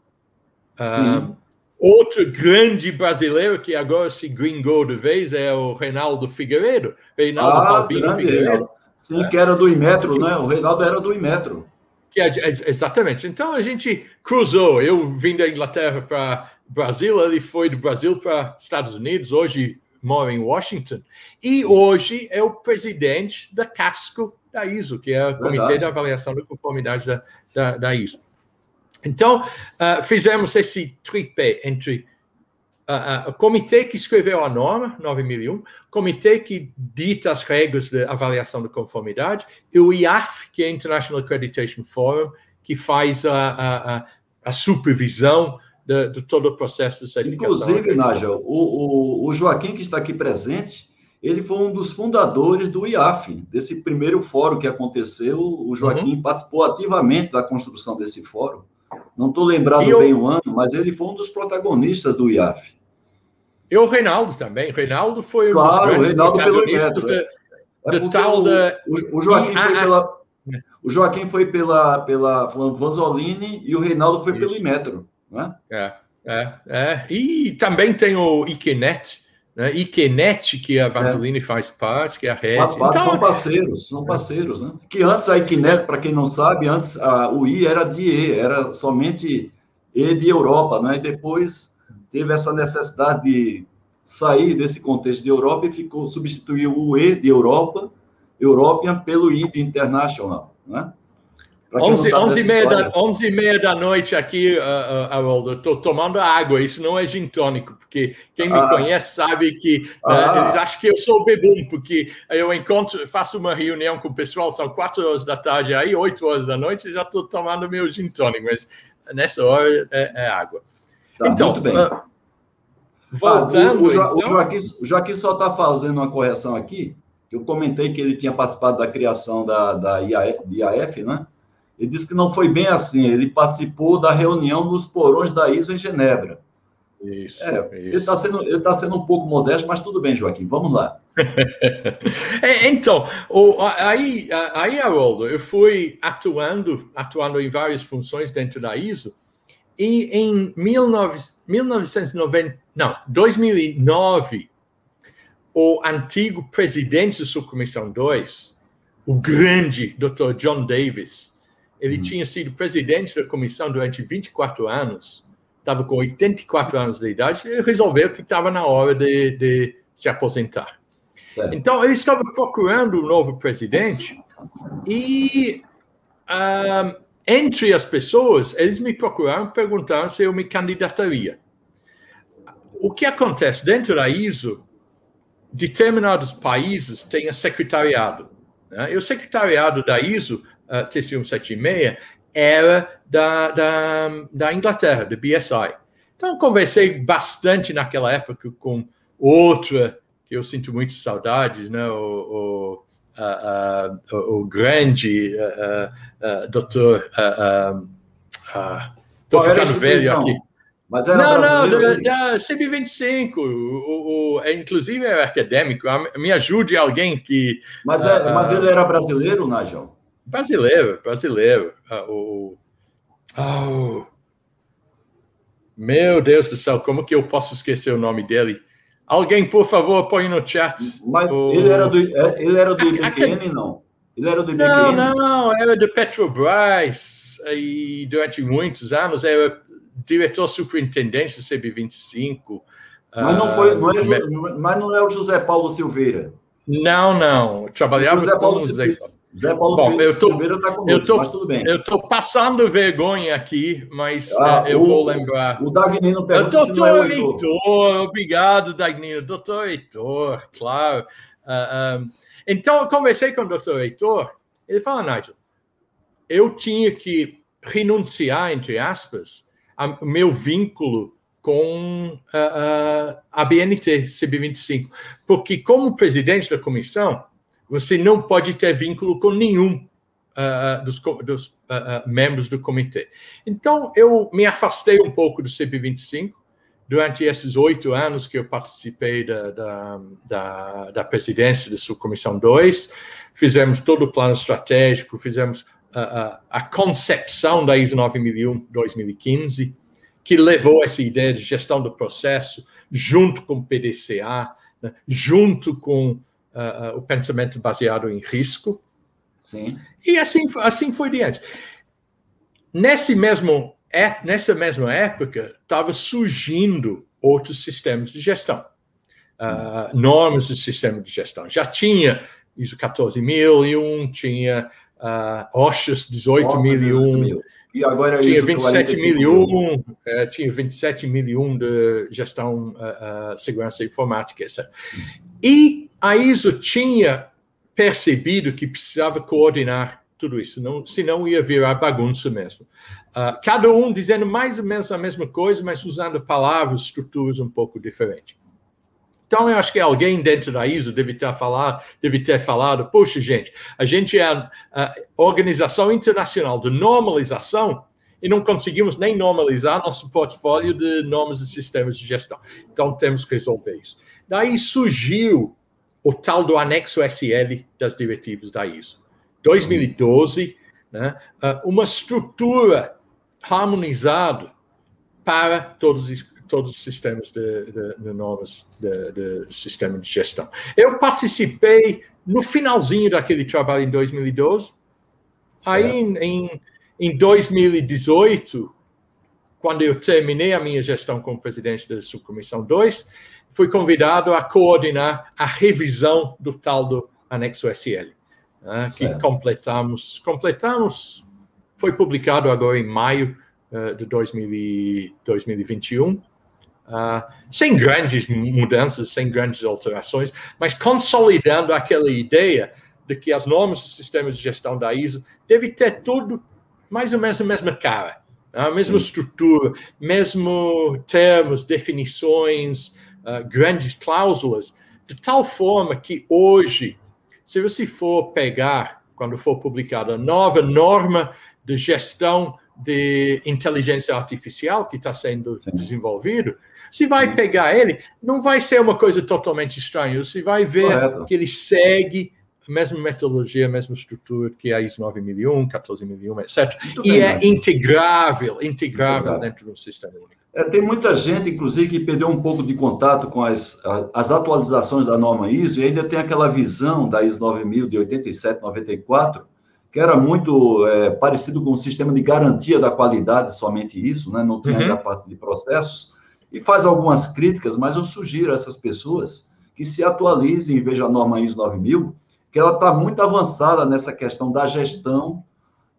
um, outro grande brasileiro que agora se gringou de vez é o Reinaldo Figueiredo. Reinaldo ah, Balbino Figueiredo. Reinaldo. Sim, é. que era do Inmetro, né? O Reinaldo era do Inmetro. Que é, exatamente. Então, a gente cruzou. Eu vim da Inglaterra para Brasil, ele foi do Brasil para Estados Unidos, hoje mora em Washington, e hoje é o presidente da Casco da I S O, que é o Comitê Verdade. de Avaliação da Conformidade da, da, da I S O. Então, uh, fizemos esse tripé entre uh, uh, o comitê que escreveu a norma, nove mil e um, comitê que dita as regras de avaliação da conformidade, e o I A F, que é International Accreditation Forum, que faz a, a, a, a supervisão De, de todo o processo de certificação. Inclusive, Nigel, o, o, o Joaquim, que está aqui presente, ele foi um dos fundadores do I A F, desse primeiro fórum que aconteceu. O Joaquim uhum. participou ativamente da construção desse fórum. Não estou lembrado eu, bem o ano, mas ele foi um dos protagonistas do I A F. E o Reinaldo também. Reinaldo foi um claro, dos grandes Reinaldo protagonistas pelo Inmetro, de, é. de tal o, da... O, o Joaquim foi pela... O Joaquim foi pela, pela Vanzolini e o Reinaldo foi Isso. pelo Inmetro. Né? É, é, é. E também tem o IQNet, né? IQNet, que a Vanzolini é. faz parte, que é a rede. Faz parte, então, são parceiros, são parceiros, né? Que antes a IQNet, para quem não sabe, antes a, o I era de E, era somente E de Europa, né? E depois teve essa necessidade de sair desse contexto de Europa e ficou, substituiu o E de Europa, European, pelo I de International, né? onze e meia da noite aqui, uh, uh, Haroldo, eu estou tomando água, isso não é gin tônico, porque quem me ah. conhece sabe que uh, ah. eles acham que eu sou bebum, porque eu encontro, faço uma reunião com o pessoal, são quatro horas da tarde, aí oito horas da noite, já estou tomando meu gin tônico, mas nessa hora é, é água. Tá, então, muito bem. Uh, voltando... Ah, o, o, jo, então... o, Joaquim, o Joaquim só está fazendo uma correção aqui, eu comentei que ele tinha participado da criação da, da I A F, I A F, né? Ele disse que não foi bem assim, ele participou da reunião nos porões da I S O em Genebra. Isso, é, isso. Ele está sendo, ele tá sendo um pouco modesto, mas tudo bem, Joaquim, vamos lá. é, então, o, aí, aí, Haroldo, eu fui atuando, atuando em várias funções dentro da I S O, e em mil novecentos e noventa, não, dois mil e nove, o antigo presidente da Subcomissão dois, o grande doutor John Davis, ele hum. tinha sido presidente da comissão durante vinte e quatro anos, estava com oitenta e quatro anos de idade, e resolveu que estava na hora de, de se aposentar. Certo. Então, ele estava procurando um novo presidente, e um, entre as pessoas, eles me procuraram, perguntaram se eu me candidataria. O que acontece dentro da I S O, determinados países têm a secretariado, né? E o secretariado da I S O, uh, T C cento e setenta e seis, era da, da, da Inglaterra, do B S I. Então, conversei bastante naquela época com outra, que eu sinto muitas saudades, né? o, o, uh, uh, o, o grande uh, uh, doutor... Uh, uh, Estou uh, ficando velho aqui. Mas era não, não, brasileiro, da, da C B vinte e cinco, o, o, é, inclusive era acadêmico, me ajude alguém que... Mas, é, uh, mas ele era brasileiro, Nigel? Brasileiro, brasileiro. Uh, o, oh, meu Deus do céu, como que eu posso esquecer o nome dele? Alguém, por favor, põe no chat. Mas o... ele era do, ele era do I B Q N, não? Ele era do I B Q N? Não, não, era do Petrobras, e durante muitos anos era diretor superintendente do C B vinte e cinco. Mas não, foi, não, é, mas não é o José Paulo Silveira? Não, não. Trabalhava José Paulo com o José Paulo. José Paulo Bom, eu tô, Silveira está conosco, eu tô, mas tudo bem. Eu estou passando vergonha aqui, mas ah, uh, eu o, vou lembrar. O Dagnino pergunta doutor se não é o Heitor. Heitor, obrigado, Dagnino. doutor Heitor, claro. Uh, um, então, eu conversei com o doutor Heitor. Ele fala, Nigel, eu tinha que renunciar, entre aspas, ao meu vínculo com uh, uh, a B N T, C B vinte e cinco. Porque, como presidente da comissão, você não pode ter vínculo com nenhum uh, dos, dos uh, uh, membros do comitê. Então, eu me afastei um pouco do C B vinte e cinco durante esses oito anos que eu participei da, da, da, da presidência da subcomissão dois. Fizemos todo o plano estratégico, fizemos uh, uh, a concepção da I S O nove mil e um dois mil e quinze, que levou essa ideia de gestão do processo, junto com o P D C A, né, junto com Uh, uh, o pensamento baseado em risco. Sim. E assim, assim foi diante. Nesse mesmo, é, nessa mesma época, estava surgindo outros sistemas de gestão. Uh, hum. Normas de sistema de gestão. Já tinha I S O quatorze mil e um, tinha uh, O S H A S dezoito mil e um, e agora tinha vinte e sete mil e um, uh, tinha vinte e sete mil e um de gestão, uh, uh, segurança informática, etcétera. Hum. E a I S O tinha percebido que precisava coordenar tudo isso, não, senão ia virar bagunça mesmo. Uh, cada um dizendo mais ou menos a mesma coisa, mas usando palavras, estruturas um pouco diferentes. Então, eu acho que alguém dentro da I S O deve ter falado, deve ter falado, poxa, gente, a gente é a, a Organização Internacional de Normalização e não conseguimos nem normalizar nosso portfólio de normas e sistemas de gestão. Então, temos que resolver isso. Daí surgiu o tal do anexo S L das diretivas da I S O. dois mil e doze, né, uma estrutura harmonizada para todos os, todos os sistemas de, de, de normas de, de sistema de gestão. Eu participei no finalzinho daquele trabalho em dois mil e doze. Certo. Aí, em, em dois mil e dezoito, quando eu terminei a minha gestão como presidente da Subcomissão dois, fui convidado a coordenar a revisão do tal do anexo S L, né, que completamos, completamos, foi publicado agora em maio uh, de dois mil e vinte e um, uh, sem grandes mudanças, sem grandes alterações, mas consolidando aquela ideia de que as normas e sistemas de gestão da I S O devem ter tudo mais ou menos a mesma cara, a mesma Sim. estrutura, mesmo termos, definições, uh, grandes cláusulas, de tal forma que hoje, se você for pegar, quando for publicada a nova norma de gestão de inteligência artificial que está sendo Sim. desenvolvido, você vai Sim. pegar ele, não vai ser uma coisa totalmente estranha, você vai ver Correto. que ele segue a mesma metodologia, a mesma estrutura que a I S O nove mil e um, quatorze mil e um, etcétera. Muito e bem, é integrável, integrável dentro do sistema único. É, tem muita gente, inclusive, que perdeu um pouco de contato com as, as atualizações da norma I S O e ainda tem aquela visão da I S O nove mil de oitenta e sete, noventa e quatro, que era muito é, parecido com o sistema de garantia da qualidade, somente isso, né? Não tinha uhum. ainda a parte de processos, e faz algumas críticas, mas eu sugiro a essas pessoas que se atualizem e vejam a norma I S O nove mil, que ela está muito avançada nessa questão da gestão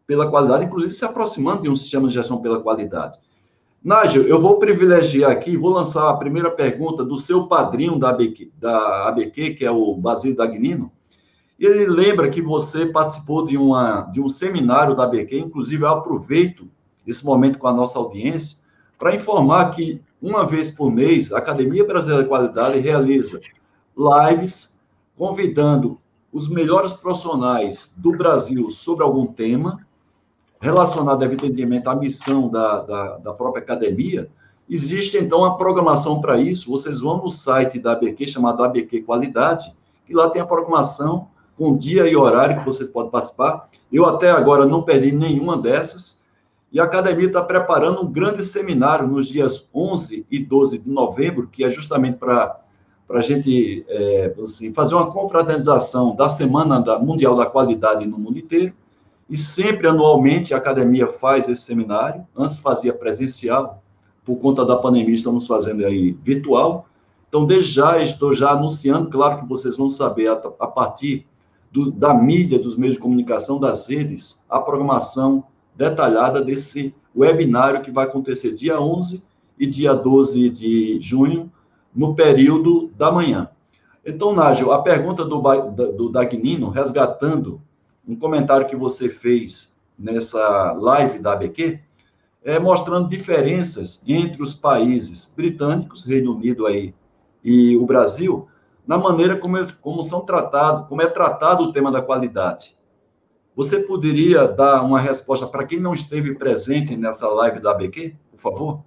pela qualidade, inclusive se aproximando de um sistema de gestão pela qualidade. Nágio, eu vou privilegiar aqui, vou lançar a primeira pergunta do seu padrinho da A B Q, da A B Q, que é o Basílio Dagnino. Ele lembra que você participou de, uma, de um seminário da A B Q, inclusive eu aproveito esse momento com a nossa audiência para informar que, uma vez por mês, a Academia Brasileira de Qualidade realiza lives convidando os melhores profissionais do Brasil sobre algum tema relacionado, evidentemente, à missão da, da, da própria academia. Existe, então, uma programação para isso. Vocês vão no site da A B Q, chamado A B Q Qualidade, e lá tem a programação com dia e horário que vocês podem participar. Eu, até agora, não perdi nenhuma dessas. E a academia está preparando um grande seminário nos dias onze e doze de novembro, que é justamente para a gente é, assim, fazer uma confraternização da Semana da Mundial da Qualidade no mundo inteiro. E sempre, anualmente, a academia faz esse seminário. Antes fazia presencial, por conta da pandemia, estamos fazendo aí virtual. Então, desde já, estou já anunciando, claro que vocês vão saber, a, a partir do, da mídia, dos meios de comunicação, das redes, a programação detalhada desse webinário que vai acontecer dia onze e dia doze de junho, no período da manhã. Então, Nágio, a pergunta do, do Dagnino, resgatando um comentário que você fez nessa live da A B Q, é mostrando diferenças entre os países britânicos, Reino Unido aí, e o Brasil, na maneira como, é, como são tratados, como é tratado o tema da qualidade. Você poderia dar uma resposta para quem não esteve presente nessa live da A B Q, por favor?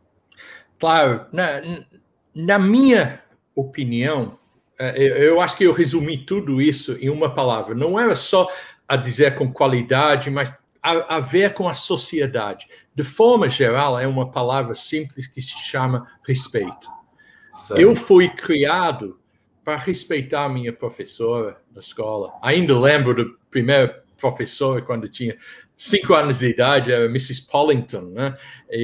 Claro. Na, na minha opinião, eu acho que eu resumi tudo isso em uma palavra. Não era só a dizer com qualidade, mas a, a ver com a sociedade. De forma geral, é uma palavra simples que se chama respeito. Certo. Eu fui criado para respeitar a minha professora da escola. Ainda lembro do primeiro professor quando tinha cinco anos de idade, era missus Pollington, né?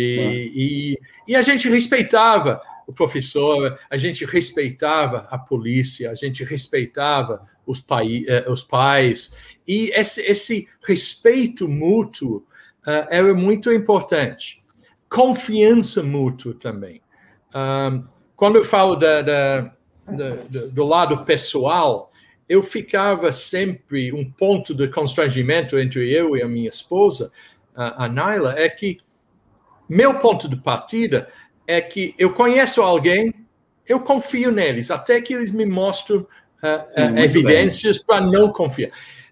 E, e, e a gente respeitava o professor, a gente respeitava a polícia, a gente respeitava os, pai, os pais, e esse, esse respeito mútuo uh, era muito importante. Confiança mútua também. Um, quando eu falo da, da, da, do lado pessoal, eu ficava sempre, um ponto de constrangimento entre eu e a minha esposa, a Naila, é que meu ponto de partida é que eu conheço alguém, eu confio neles, até que eles me mostram uh, Sim, uh, evidências para não confiar.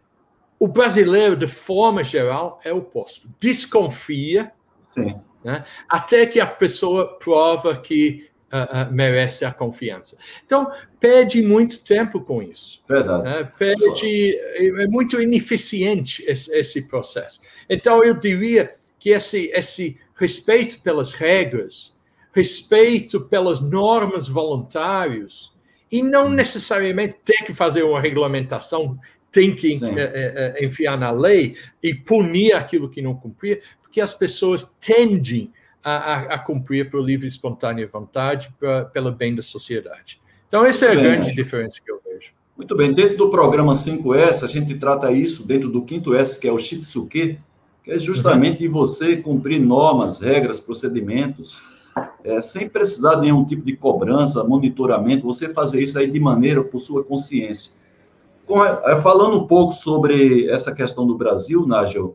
O brasileiro, de forma geral, é o oposto. Desconfia, Sim. Né, até que a pessoa prova que uh, uh, merece a confiança. Então, perde muito tempo com isso. Verdade. Né? Perde, é muito ineficiente esse, esse processo. Então, eu diria que esse, esse respeito pelas regras, respeito pelas normas voluntárias, e não necessariamente ter que fazer uma regulamentação, tem que é, é, enfiar na lei e punir aquilo que não cumprir, porque as pessoas tendem a, a, a cumprir por livre e espontânea vontade, pra, pelo bem da sociedade. Então, essa Muito é a bem, grande diferença que eu vejo. Muito bem. Dentro do programa cinco S, a gente trata isso dentro do quinto S, que é o Shitsuke, que é justamente uhum. você cumprir normas, regras, procedimentos, é, sem precisar de nenhum tipo de cobrança, monitoramento, você fazer isso aí de maneira por sua consciência. Com, é, falando um pouco sobre essa questão do Brasil, Nágio,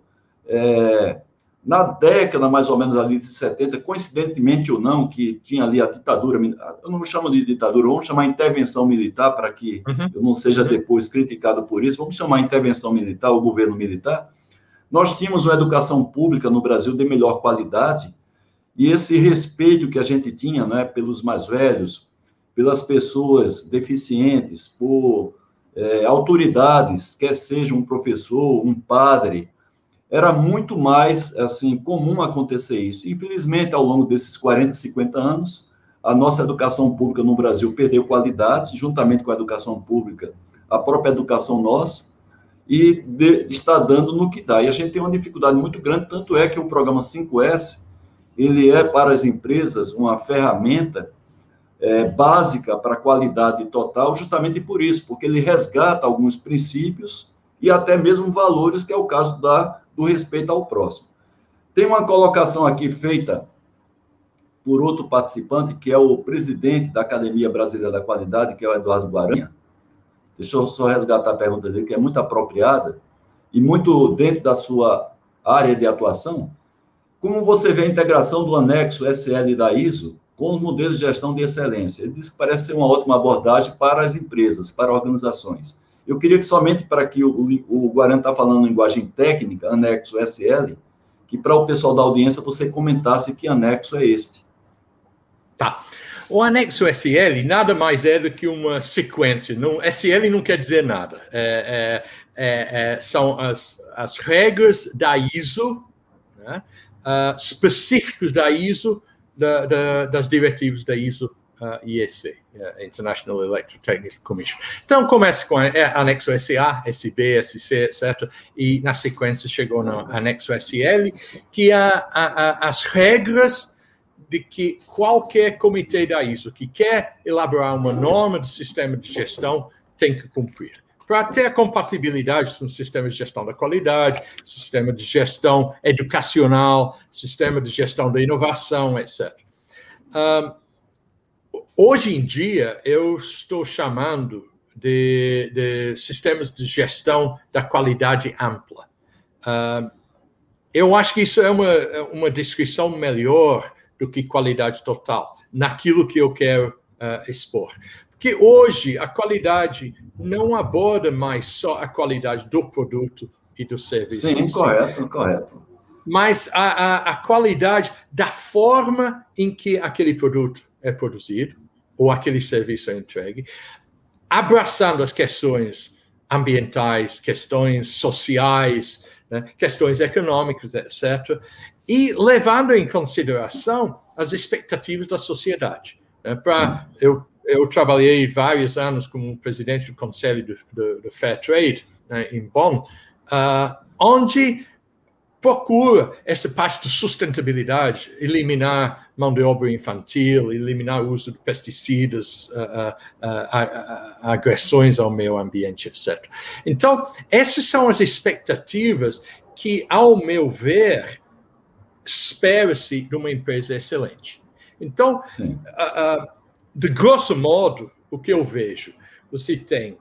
é, na década mais ou menos ali de setenta, coincidentemente ou não, que tinha ali a ditadura, eu não chamo de ditadura, vamos chamar intervenção militar, para que uhum. eu não seja depois criticado por isso, vamos chamar intervenção militar, o governo militar. Nós tínhamos uma educação pública no Brasil de melhor qualidade, e esse respeito que a gente tinha, né, pelos mais velhos, pelas pessoas deficientes, por é, autoridades, quer seja um professor, um padre, era muito mais, assim, comum acontecer isso. Infelizmente, ao longo desses quarenta, cinquenta anos, a nossa educação pública no Brasil perdeu qualidade, juntamente com a educação pública, a própria educação nossa, e de, está dando no que dá. E a gente tem uma dificuldade muito grande, tanto é que o programa cinco S, ele é para as empresas uma ferramenta é, básica para a qualidade total, justamente por isso, porque ele resgata alguns princípios e até mesmo valores, que é o caso da do respeito ao próximo. Tem uma colocação aqui feita por outro participante, que é o presidente da Academia Brasileira da Qualidade, que é o Eduardo Guaranha. Deixa eu só resgatar a pergunta dele, que é muito apropriada e muito dentro da sua área de atuação. Como você vê a integração do anexo S L da I S O com os modelos de gestão de excelência? Ele disse que parece ser uma ótima abordagem para as empresas, para organizações. Eu queria que somente para que o, o Guaranha está falando em linguagem técnica, anexo S L, que para o pessoal da audiência você comentasse que anexo é este. Tá. O anexo S L nada mais é do que uma sequência. Não, S L não quer dizer nada. É, é, é, é, são as, as regras da I S O, né, uh, específicos da I S O, da, da, das diretivas da I S O uh, I E C, uh, International Electrotechnical Commission. Então, começa com é, anexo S A, S B, S C, etcétera. E, na sequência, chegou no anexo S L, que é a, a, as regras de que qualquer comitê da I S O que quer elaborar uma norma de sistema de gestão tem que cumprir. Para ter compatibilidade com o sistema de gestão da qualidade, sistema de gestão educacional, sistema de gestão da inovação, etcétera. Um, hoje em dia, eu estou chamando de, de sistemas de gestão da qualidade ampla. Um, eu acho que isso é uma, uma descrição melhor do que qualidade total, naquilo que eu quero uh, expor. Porque hoje a qualidade não aborda mais só a qualidade do produto e do serviço. Sim, correto, correto. Mas a, a, a qualidade da forma em que aquele produto é produzido ou aquele serviço é entregue, abraçando as questões ambientais, questões sociais, né, questões econômicas, etcétera, e levando em consideração as expectativas da sociedade. Né? Pra, eu, eu trabalhei vários anos como presidente do Conselho do, do, do Fair Trade, né, em Bonn, uh, onde procura essa parte de sustentabilidade, eliminar mão de obra infantil, eliminar o uso de pesticidas, uh, uh, uh, uh, agressões ao meio ambiente, etcétera. Então, essas são as expectativas que, ao meu ver, espera-se de uma empresa excelente. Então, uh, uh, de grosso modo, o que eu vejo, você tem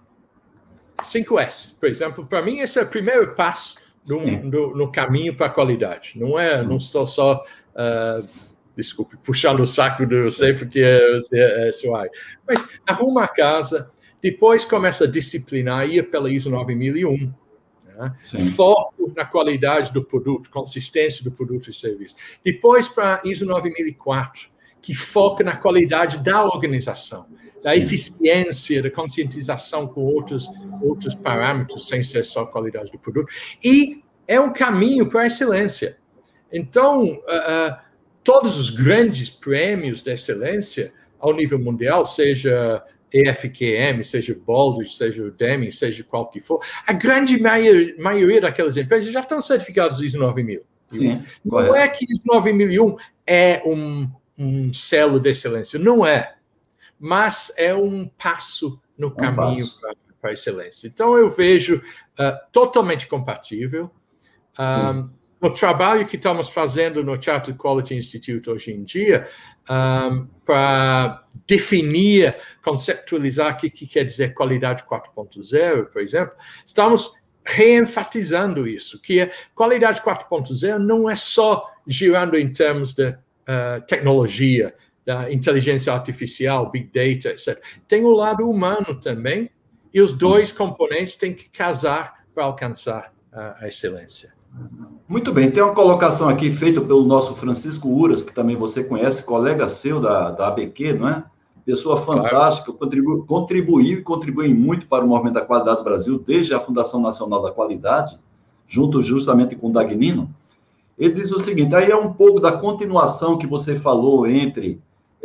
cinco S, por exemplo, para mim esse é o primeiro passo no, no, no caminho para a qualidade. Não é, não estou só, uh, desculpe, puxando o saco de você porque você é suave, mas arruma a casa, depois começa a disciplinar, ir pela I S O nove mil e um, né? Foco na qualidade do produto, consistência do produto e serviço. Depois para I S O nove mil e quatro, que foca na qualidade da organização, da Sim. eficiência, da conscientização com outros, outros parâmetros, sem ser só a qualidade do produto. E é um caminho para a excelência. Então, uh, uh, todos os grandes prêmios de excelência ao nível mundial, seja E F Q M, seja Baldrige, seja o Deming, seja qual que for, a grande maioria, maioria daquelas empresas já estão certificadas I S O nove mil. Sim, não correto. é que I S O nove mil e um é um, um selo de excelência, não é. Mas é um passo no um caminho para a excelência. Então, eu vejo uh, totalmente compatível. Um, no trabalho que estamos fazendo no Chartered Quality Institute hoje em dia, um, para definir, conceptualizar o que, que quer dizer qualidade quatro ponto zero, por exemplo, estamos reenfatizando isso, que a qualidade quatro ponto zero não é só girando em termos de uh, tecnologia, da inteligência artificial, Big Data, etcétera. Tem o lado humano também, e os dois componentes têm que casar para alcançar a, a excelência. Muito bem, tem uma colocação aqui feita pelo nosso Francisco Uras, que também você conhece, colega seu da, da A B Q, não é? Pessoa fantástica, claro. contribu, contribuiu e contribui muito para o movimento da qualidade do Brasil, desde a Fundação Nacional da Qualidade, junto justamente com o Dagnino. Ele diz o seguinte, aí é um pouco da continuação que você falou entre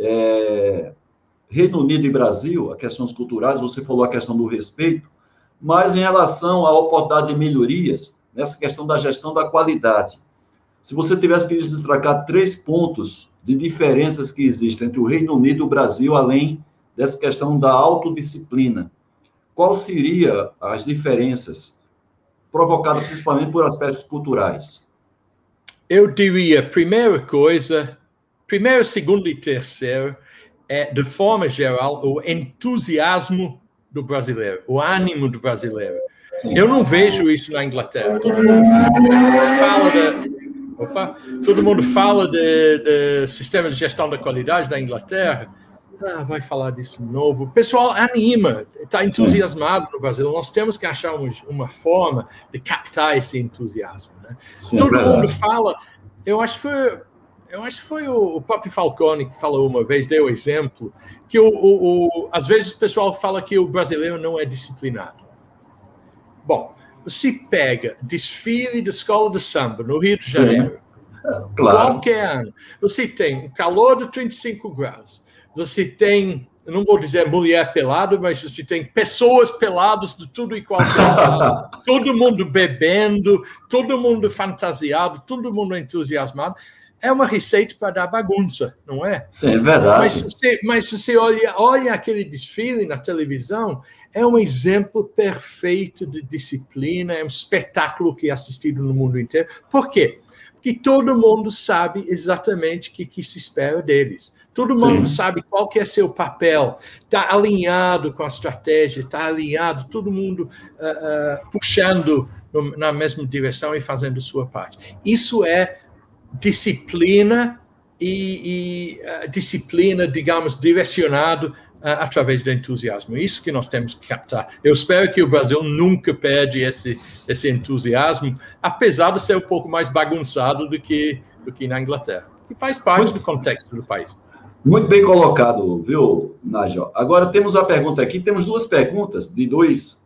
é, Reino Unido e Brasil, as questões culturais, você falou a questão do respeito, mas em relação à oportunidade de melhorias, nessa questão da gestão da qualidade. Se você tivesse que destacar três pontos de diferenças que existem entre o Reino Unido e o Brasil, além dessa questão da autodisciplina, qual seria as diferenças provocada principalmente por aspectos culturais? Eu diria, primeira coisa, primeiro, segundo e terceiro, é, de forma geral, o entusiasmo do brasileiro, o ânimo do brasileiro. Sim. Eu não vejo isso na Inglaterra. Todo mundo fala de, opa, todo mundo fala de, de sistema de gestão da qualidade da Inglaterra. Ah, vai falar disso de novo. O pessoal anima, está entusiasmado Sim. no Brasil. Nós temos que achar uma, uma forma de captar esse entusiasmo. Né? Sim, todo é mundo fala. Eu acho que foi, eu acho que foi o, o próprio Falcone que falou uma vez, deu o exemplo, que o, o, o, às vezes o pessoal fala que o brasileiro não é disciplinado. Bom, se pega desfile de escola de samba no Rio de Sim. Janeiro, claro. qualquer ano, você tem um calor de trinta e cinco graus. Você tem, eu não vou dizer mulher pelada, mas você tem pessoas peladas de tudo e qualquer lado. Todo mundo bebendo, todo mundo fantasiado, todo mundo entusiasmado. É uma receita para dar bagunça, não é? Sim, é verdade. Mas você, mas você olha, olha aquele desfile na televisão, é um exemplo perfeito de disciplina, é um espetáculo que é assistido no mundo inteiro. Por quê? Porque todo mundo sabe exatamente o que, que se espera deles. Todo mundo Sim. sabe qual que é seu papel, está alinhado com a estratégia, está alinhado, todo mundo uh, uh, puxando no, na mesma direção e fazendo sua parte. Isso é disciplina e, e uh, disciplina, digamos, direcionado uh, através do entusiasmo. Isso que nós temos que captar. Eu espero que o Brasil nunca perde esse, esse entusiasmo, apesar de ser um pouco mais bagunçado do que, do que na Inglaterra, que faz parte Muito... do contexto do país. Muito bem colocado, viu, Nigel? Agora temos a pergunta aqui, temos duas perguntas de dois,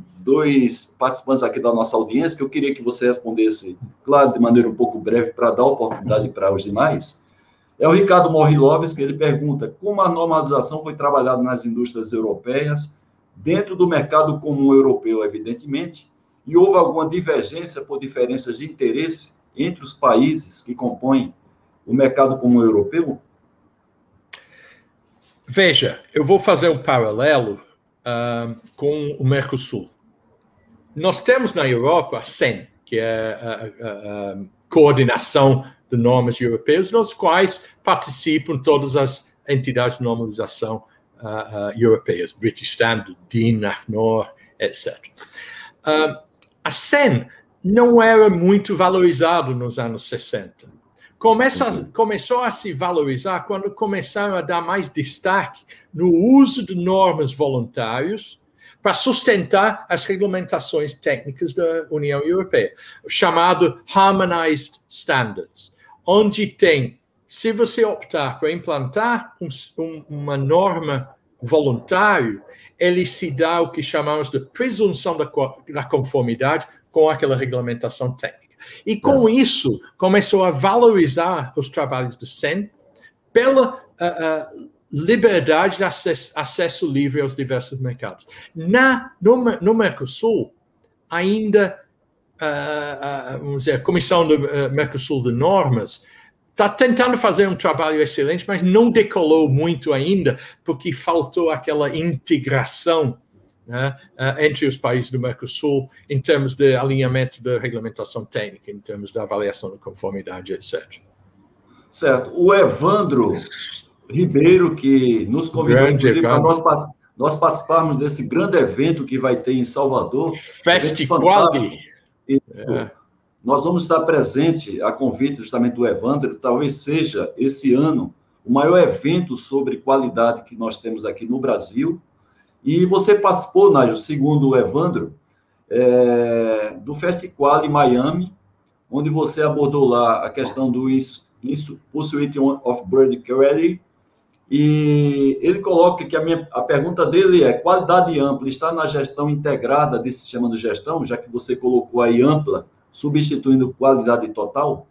dois participantes aqui da nossa audiência, que eu queria que você respondesse, claro, de maneira um pouco breve, para dar oportunidade para os demais. É o Ricardo Moriloves, que ele pergunta como a normalização foi trabalhada nas indústrias europeias, dentro do mercado comum europeu, evidentemente, e houve alguma divergência por diferenças de interesse entre os países que compõem o mercado comum europeu? Veja, eu vou fazer um paralelo uh, com o Mercosul. Nós temos na Europa a C E N, que é a, a, a coordenação de normas europeias, nos quais participam todas as entidades de normalização uh, uh, europeias, British Standard, D I N, AFNOR, etcétera. Uh, a C E N não era muito valorizado nos anos sessenta. Começa, começou a se valorizar quando começaram a dar mais destaque no uso de normas voluntárias para sustentar as regulamentações técnicas da União Europeia, chamado Harmonized Standards, onde tem, se você optar para implantar um, um, uma norma voluntária, ele se dá o que chamamos de presunção da, da conformidade com aquela regulamentação técnica. E com é. isso, começou a valorizar os trabalhos do C E N pela uh, uh, liberdade de acesso, acesso livre aos diversos mercados. Na, no, no Mercosul, ainda, uh, uh, vamos dizer, a Comissão do uh, Mercosul de Normas está tentando fazer um trabalho excelente, mas não decolou muito ainda, porque faltou aquela integração Né, uh, entre os países do Mercosul, em termos de alinhamento da regulamentação técnica, em termos da avaliação da conformidade, etcétera. Certo. O Evandro Ribeiro, que nos convidou, grande inclusive, para nós, nós participarmos desse grande evento que vai ter em Salvador. Festiquali. É. Nós vamos estar presente, a convite justamente do Evandro, talvez seja, esse ano, o maior evento sobre qualidade que nós temos aqui no Brasil. E você participou, Nigel, segundo o Evandro, é, do Festiquali em Miami, onde você abordou lá a questão do Pursuit of Bird Quality, e ele coloca que a, minha, a pergunta dele é: qualidade ampla está na gestão integrada desse sistema de gestão, já que você colocou aí ampla, substituindo qualidade total?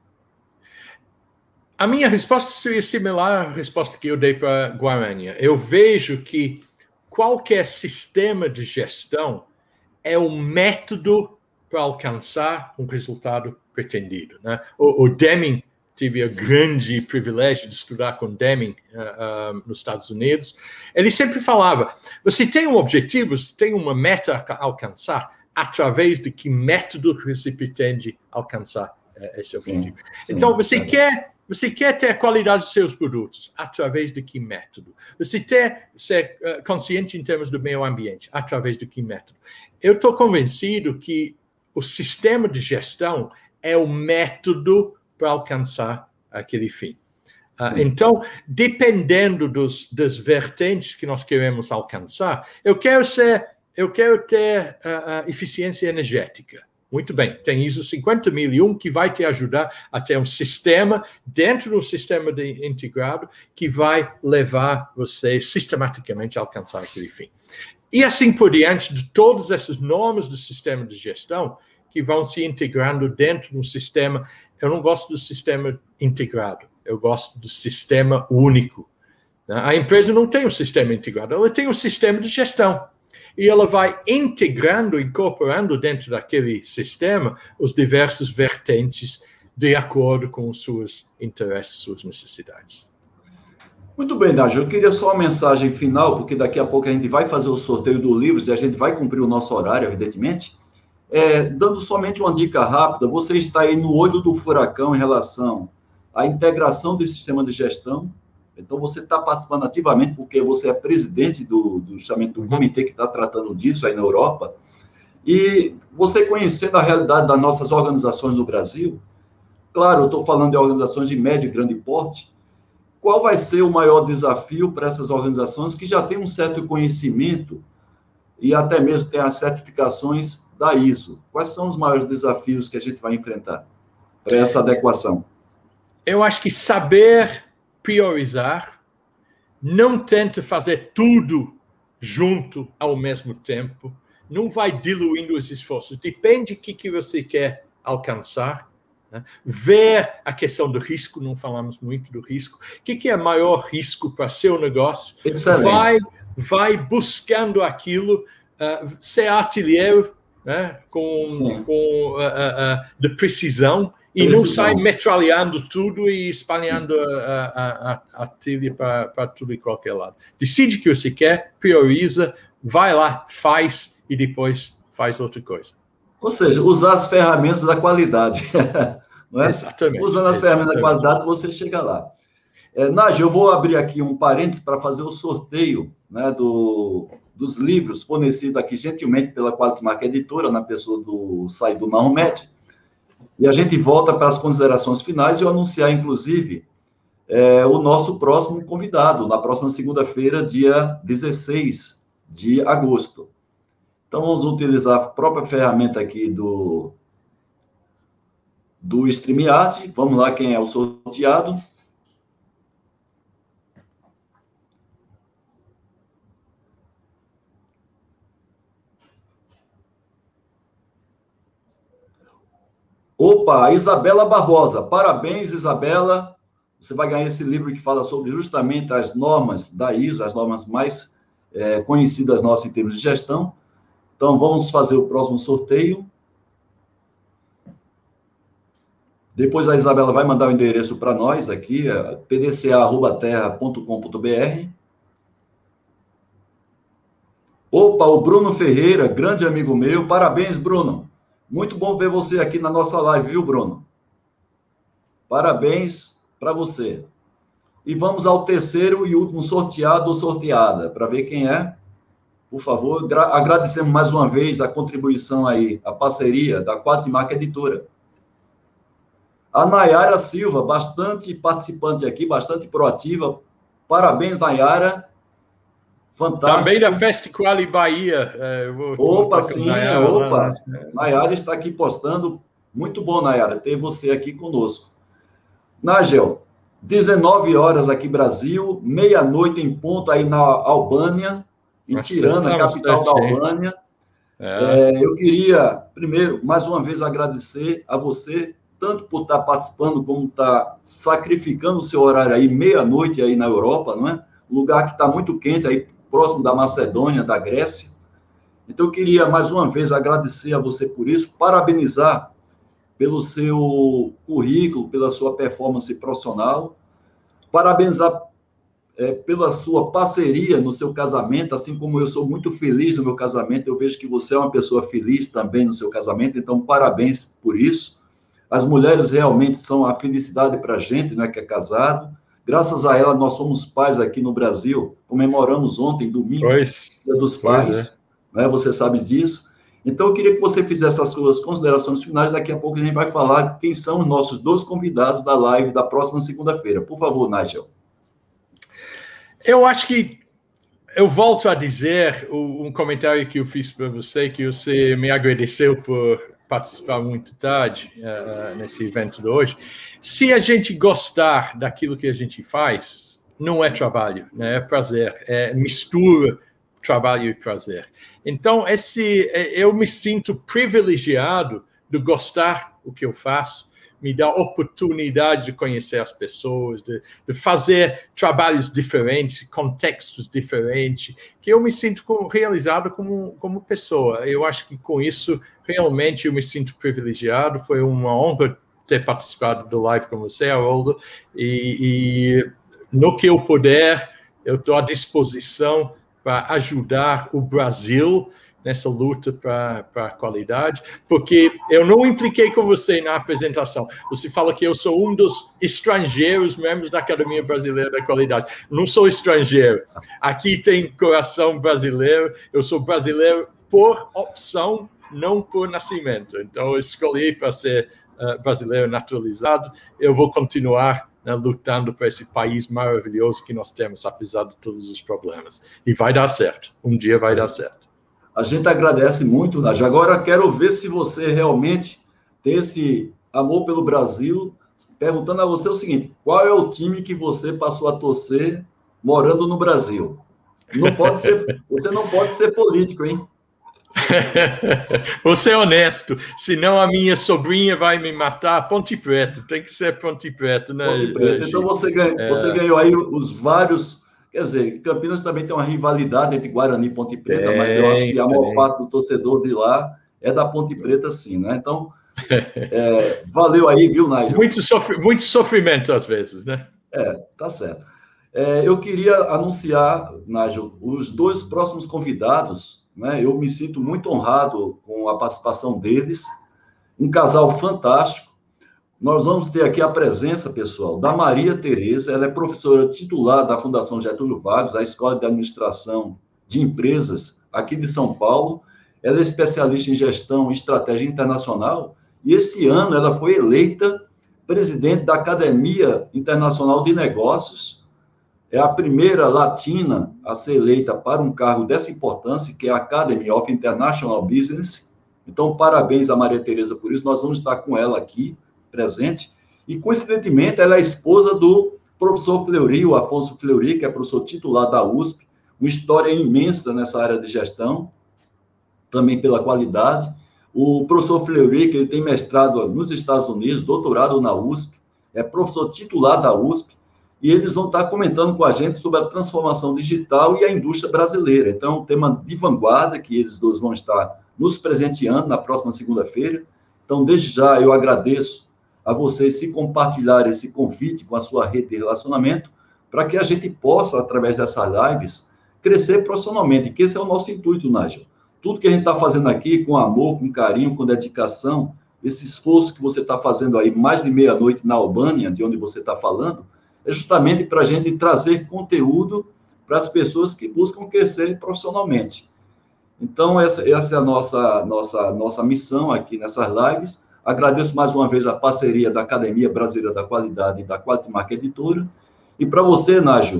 A minha resposta seria similar à resposta que eu dei para Guarani. Eu vejo que qualquer sistema de gestão é um método para alcançar um resultado pretendido. Né? O, o Deming, tive o grande privilégio de estudar com Deming uh, uh, nos Estados Unidos. Ele sempre falava, você tem um objetivo, você tem uma meta a alcançar, através de que método você pretende alcançar uh, esse objetivo. Sim, sim, então, você sim. quer, você quer ter a qualidade dos seus produtos através de que método? Você quer ser uh, consciente em termos do meio ambiente através de que método? Eu estou convencido que o sistema de gestão é o método para alcançar aquele fim. Uh, então, dependendo dos, das vertentes que nós queremos alcançar, eu quero ser, eu quero ter uh, uh, eficiência energética. Muito bem, tem ISO cinquenta mil e um que vai te ajudar a ter um sistema dentro do sistema de integrado que vai levar você sistematicamente a alcançar aquele fim. E assim por diante, de todas essas normas do sistema de gestão que vão se integrando dentro do sistema. Eu não gosto do sistema integrado, eu gosto do sistema único. A empresa não tem um sistema integrado, ela tem um sistema de gestão. E ela vai integrando, incorporando dentro daquele sistema os diversos vertentes de acordo com os seus interesses, suas necessidades. Muito bem, Nájio. Eu queria só uma mensagem final, porque daqui a pouco a gente vai fazer o sorteio do livros e a gente vai cumprir o nosso horário, evidentemente. É, dando somente uma dica rápida, você está aí no olho do furacão em relação à integração do sistema de gestão. Então, você está participando ativamente porque você é presidente do, do, justamente do comitê que está tratando disso aí na Europa. E você conhecendo a realidade das nossas organizações no Brasil, claro, eu estou falando de organizações de médio e grande porte, qual vai ser o maior desafio para essas organizações que já têm um certo conhecimento e até mesmo têm as certificações da ISO? Quais são os maiores desafios que a gente vai enfrentar para essa adequação? Eu acho que saber priorizar, não tenta fazer tudo junto ao mesmo tempo, não vai diluindo os esforços. Depende do que, que você quer alcançar. Né? Ver a questão do risco, não falamos muito do risco. O que, que é maior risco para seu negócio? Excelente. Vai, vai buscando aquilo, uh, ser artilheiro, né? com, com uh, uh, uh, de precisão, e precisão. Não sai metralhando tudo e espalhando a, a, a, a tilha para tudo e qualquer lado. Decide o que você quer, prioriza, vai lá, faz e depois faz outra coisa. Ou seja, usar as ferramentas da qualidade. Não é? Exatamente. Usando as exatamente. ferramentas da qualidade, você chega lá. É, Nájio, eu vou abrir aqui um parênteses para fazer o sorteio, né, do, dos livros fornecidos aqui gentilmente pela Qualitymark Editora, na pessoa do Saidu Mahomet. E a gente volta para as considerações finais e eu anunciar, inclusive, é, o nosso próximo convidado, na próxima segunda-feira, dia dezesseis de agosto. Então, vamos utilizar a própria ferramenta aqui do, do StreamYard. Vamos lá, quem é o sorteado. Opa, Isabela Barbosa. Parabéns, Isabela. Você vai ganhar esse livro que fala sobre justamente as normas da ISO, as normas mais é, conhecidas nossas em termos de gestão. Então, vamos fazer o próximo sorteio. Depois a Isabela vai mandar o endereço para nós aqui, é p d c a arroba terra ponto com ponto b r. Opa, o Bruno Ferreira, grande amigo meu. Parabéns, Bruno. Muito bom ver você aqui na nossa live, viu, Bruno? Parabéns para você. E vamos ao terceiro e último sorteado ou sorteada, para ver quem é. Por favor, agradecemos mais uma vez a contribuição aí, a parceria da Qualitymark Editora. A Nayara Silva, bastante participante aqui, bastante proativa. Parabéns, Nayara. Fantástico. Também da Festiquali Bahia. É, vou, opa, vou sim, Nayara, opa. Né? Nayara está aqui postando. Muito bom, Nayara, ter você aqui conosco. Nájio, dezenove horas aqui, Brasil, meia-noite em ponto aí na Albânia, em Tirana, capital da Albânia. É. É, eu queria, primeiro, mais uma vez, agradecer a você, tanto por estar participando, como estar sacrificando o seu horário aí, meia-noite aí na Europa, não é? Um lugar que está muito quente, aí próximo da Macedônia, da Grécia. Então, eu queria, mais uma vez, agradecer a você por isso, parabenizar pelo seu currículo, pela sua performance profissional, parabenizar é, pela sua parceria no seu casamento, assim como eu sou muito feliz no meu casamento, eu vejo que você é uma pessoa feliz também no seu casamento, então parabéns por isso. As mulheres realmente são a felicidade para a gente, né, que é casado. Graças a ela, nós somos pais aqui no Brasil, comemoramos ontem, domingo, pois, Dia dos pois Pais, é. né, você sabe disso. Então, eu queria que você fizesse as suas considerações finais, daqui a pouco a gente vai falar quem são os nossos dois convidados da live da próxima segunda-feira. Por favor, Nigel. Eu acho que eu volto a dizer um comentário que eu fiz para você, que você me agradeceu por participar muito tarde uh, nesse evento de hoje. Se a gente gostar daquilo que a gente faz, não é trabalho, né? É prazer, é mistura trabalho e prazer. Então, esse, eu me sinto privilegiado de gostar do que eu faço, me dá oportunidade de conhecer as pessoas, de, de fazer trabalhos diferentes, contextos diferentes, que eu me sinto com, realizado como, como pessoa. Eu acho que com isso, realmente, eu me sinto privilegiado. Foi uma honra ter participado do live com você, Haroldo, e, e no que eu puder, eu estou à disposição para ajudar o Brasil nessa luta para a qualidade, porque eu não impliquei com você na apresentação. Você fala que eu sou um dos estrangeiros membros da Academia Brasileira da Qualidade. Não sou estrangeiro. Aqui tem coração brasileiro. Eu sou brasileiro por opção, não por nascimento. Então, eu escolhi para ser uh, brasileiro naturalizado. Eu vou continuar, né, lutando para esse país maravilhoso que nós temos, apesar de todos os problemas. E vai dar certo. Um dia vai dar certo. A gente agradece muito, Nádio. Agora, quero ver se você realmente tem esse amor pelo Brasil. Perguntando a você o seguinte, qual é o time que você passou a torcer morando no Brasil? Não pode ser, você não pode ser político, hein? Vou ser honesto, senão a minha sobrinha vai me matar. Ponte Preta, tem que ser Ponte Preta, né? Ponte Preta. Então você ganhou, é... você ganhou aí os vários... Quer dizer, Campinas também tem uma rivalidade entre Guarani e Ponte Preta, tem, mas eu acho que a maior tem. parte do torcedor de lá é da Ponte Preta, sim, né? Então, é, valeu aí, viu, Nigel? Muito, sofri muito sofrimento às vezes, né? É, tá certo. É, eu queria anunciar, Nigel, os dois próximos convidados, né? Eu me sinto muito honrado com a participação deles, um casal fantástico. Nós vamos ter aqui a presença, pessoal, da Maria Tereza. Ela é professora titular da Fundação Getúlio Vargas, a Escola de Administração de Empresas aqui de São Paulo. Ela é especialista em gestão e estratégia internacional e este ano ela foi eleita presidente da Academia Internacional de Negócios. É a primeira latina a ser eleita para um cargo dessa importância, que é a Academy of International Business. Então, parabéns a Maria Tereza por isso. Nós vamos estar com ela aqui presente, e coincidentemente ela é esposa do professor Fleury, o Afonso Fleury, que é professor titular da U S P, uma história imensa nessa área de gestão, também pela qualidade. O professor Fleury, que ele tem mestrado nos Estados Unidos, doutorado na U S P, é professor titular da U S P, e eles vão estar comentando com a gente sobre a transformação digital e a indústria brasileira. Então, um tema de vanguarda, que eles dois vão estar nos presenteando na próxima segunda-feira. Então, desde já, eu agradeço a vocês se compartilharem esse convite com a sua rede de relacionamento, para que a gente possa, através dessas lives, crescer profissionalmente, que esse é o nosso intuito, Nigel. Tudo que a gente está fazendo aqui, com amor, com carinho, com dedicação, esse esforço que você está fazendo aí, mais de meia-noite na Albânia, de onde você está falando, é justamente para a gente trazer conteúdo para as pessoas que buscam crescer profissionalmente. Então, essa, essa é a nossa, nossa, nossa missão aqui nessas lives. Agradeço mais uma vez a parceria da Academia Brasileira da Qualidade e da Quality Mark Editora. E para você, Nágio,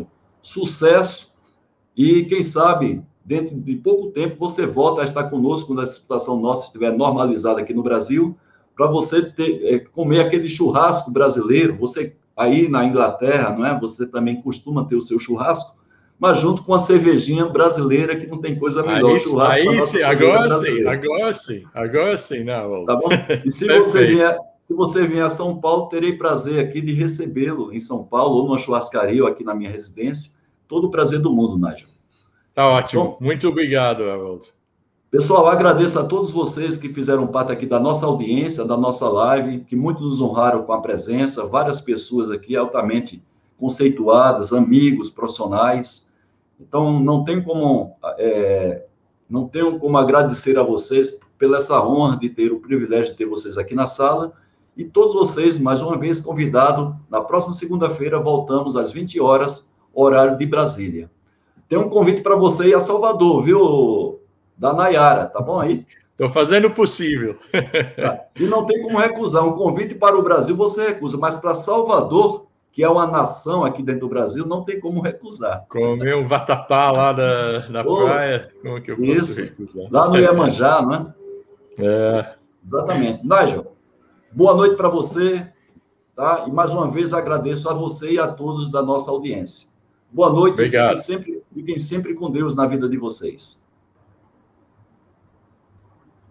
sucesso e, quem sabe, dentro de pouco tempo, você volta a estar conosco quando a situação nossa estiver normalizada aqui no Brasil, para você ter, é, comer aquele churrasco brasileiro. Você aí na Inglaterra, não é? Você também costuma ter o seu churrasco, mas junto com a cervejinha brasileira, que não tem coisa melhor. Aí, churrasco aí sim, agora sim, agora sim, agora sim, não. Tá bom? E se você vier, se você vier a São Paulo, terei prazer aqui de recebê-lo em São Paulo, ou numa churrascaria, ou aqui na minha residência. Todo o prazer do mundo, Nigel. Tá ótimo. Então, muito obrigado, Haroldo. Pessoal, agradeço a todos vocês que fizeram parte aqui da nossa audiência, da nossa live, que muito nos honraram com a presença, várias pessoas aqui altamente conceituadas, amigos, profissionais. Então, não tem como, é, não tenho como agradecer a vocês pela essa honra de ter o privilégio de ter vocês aqui na sala. E todos vocês, mais uma vez, convidados. Na próxima segunda-feira, voltamos às vinte horas, horário de Brasília. Tem um convite para você ir a Salvador, viu, da Nayara, tá bom aí? Estou fazendo o possível. Tá. E não tem como recusar. Um convite para o Brasil você recusa, mas para Salvador, que é uma nação aqui dentro do Brasil, não tem como recusar. Comer um vatapá lá na, na oh, praia, como que eu posso isso. recusar? Lá no Iemanjá, né? É. Exatamente. Nigel, boa noite para você, tá? E mais uma vez agradeço a você e a todos da nossa audiência. Boa noite. Obrigado. E fiquem sempre, fiquem sempre com Deus na vida de vocês.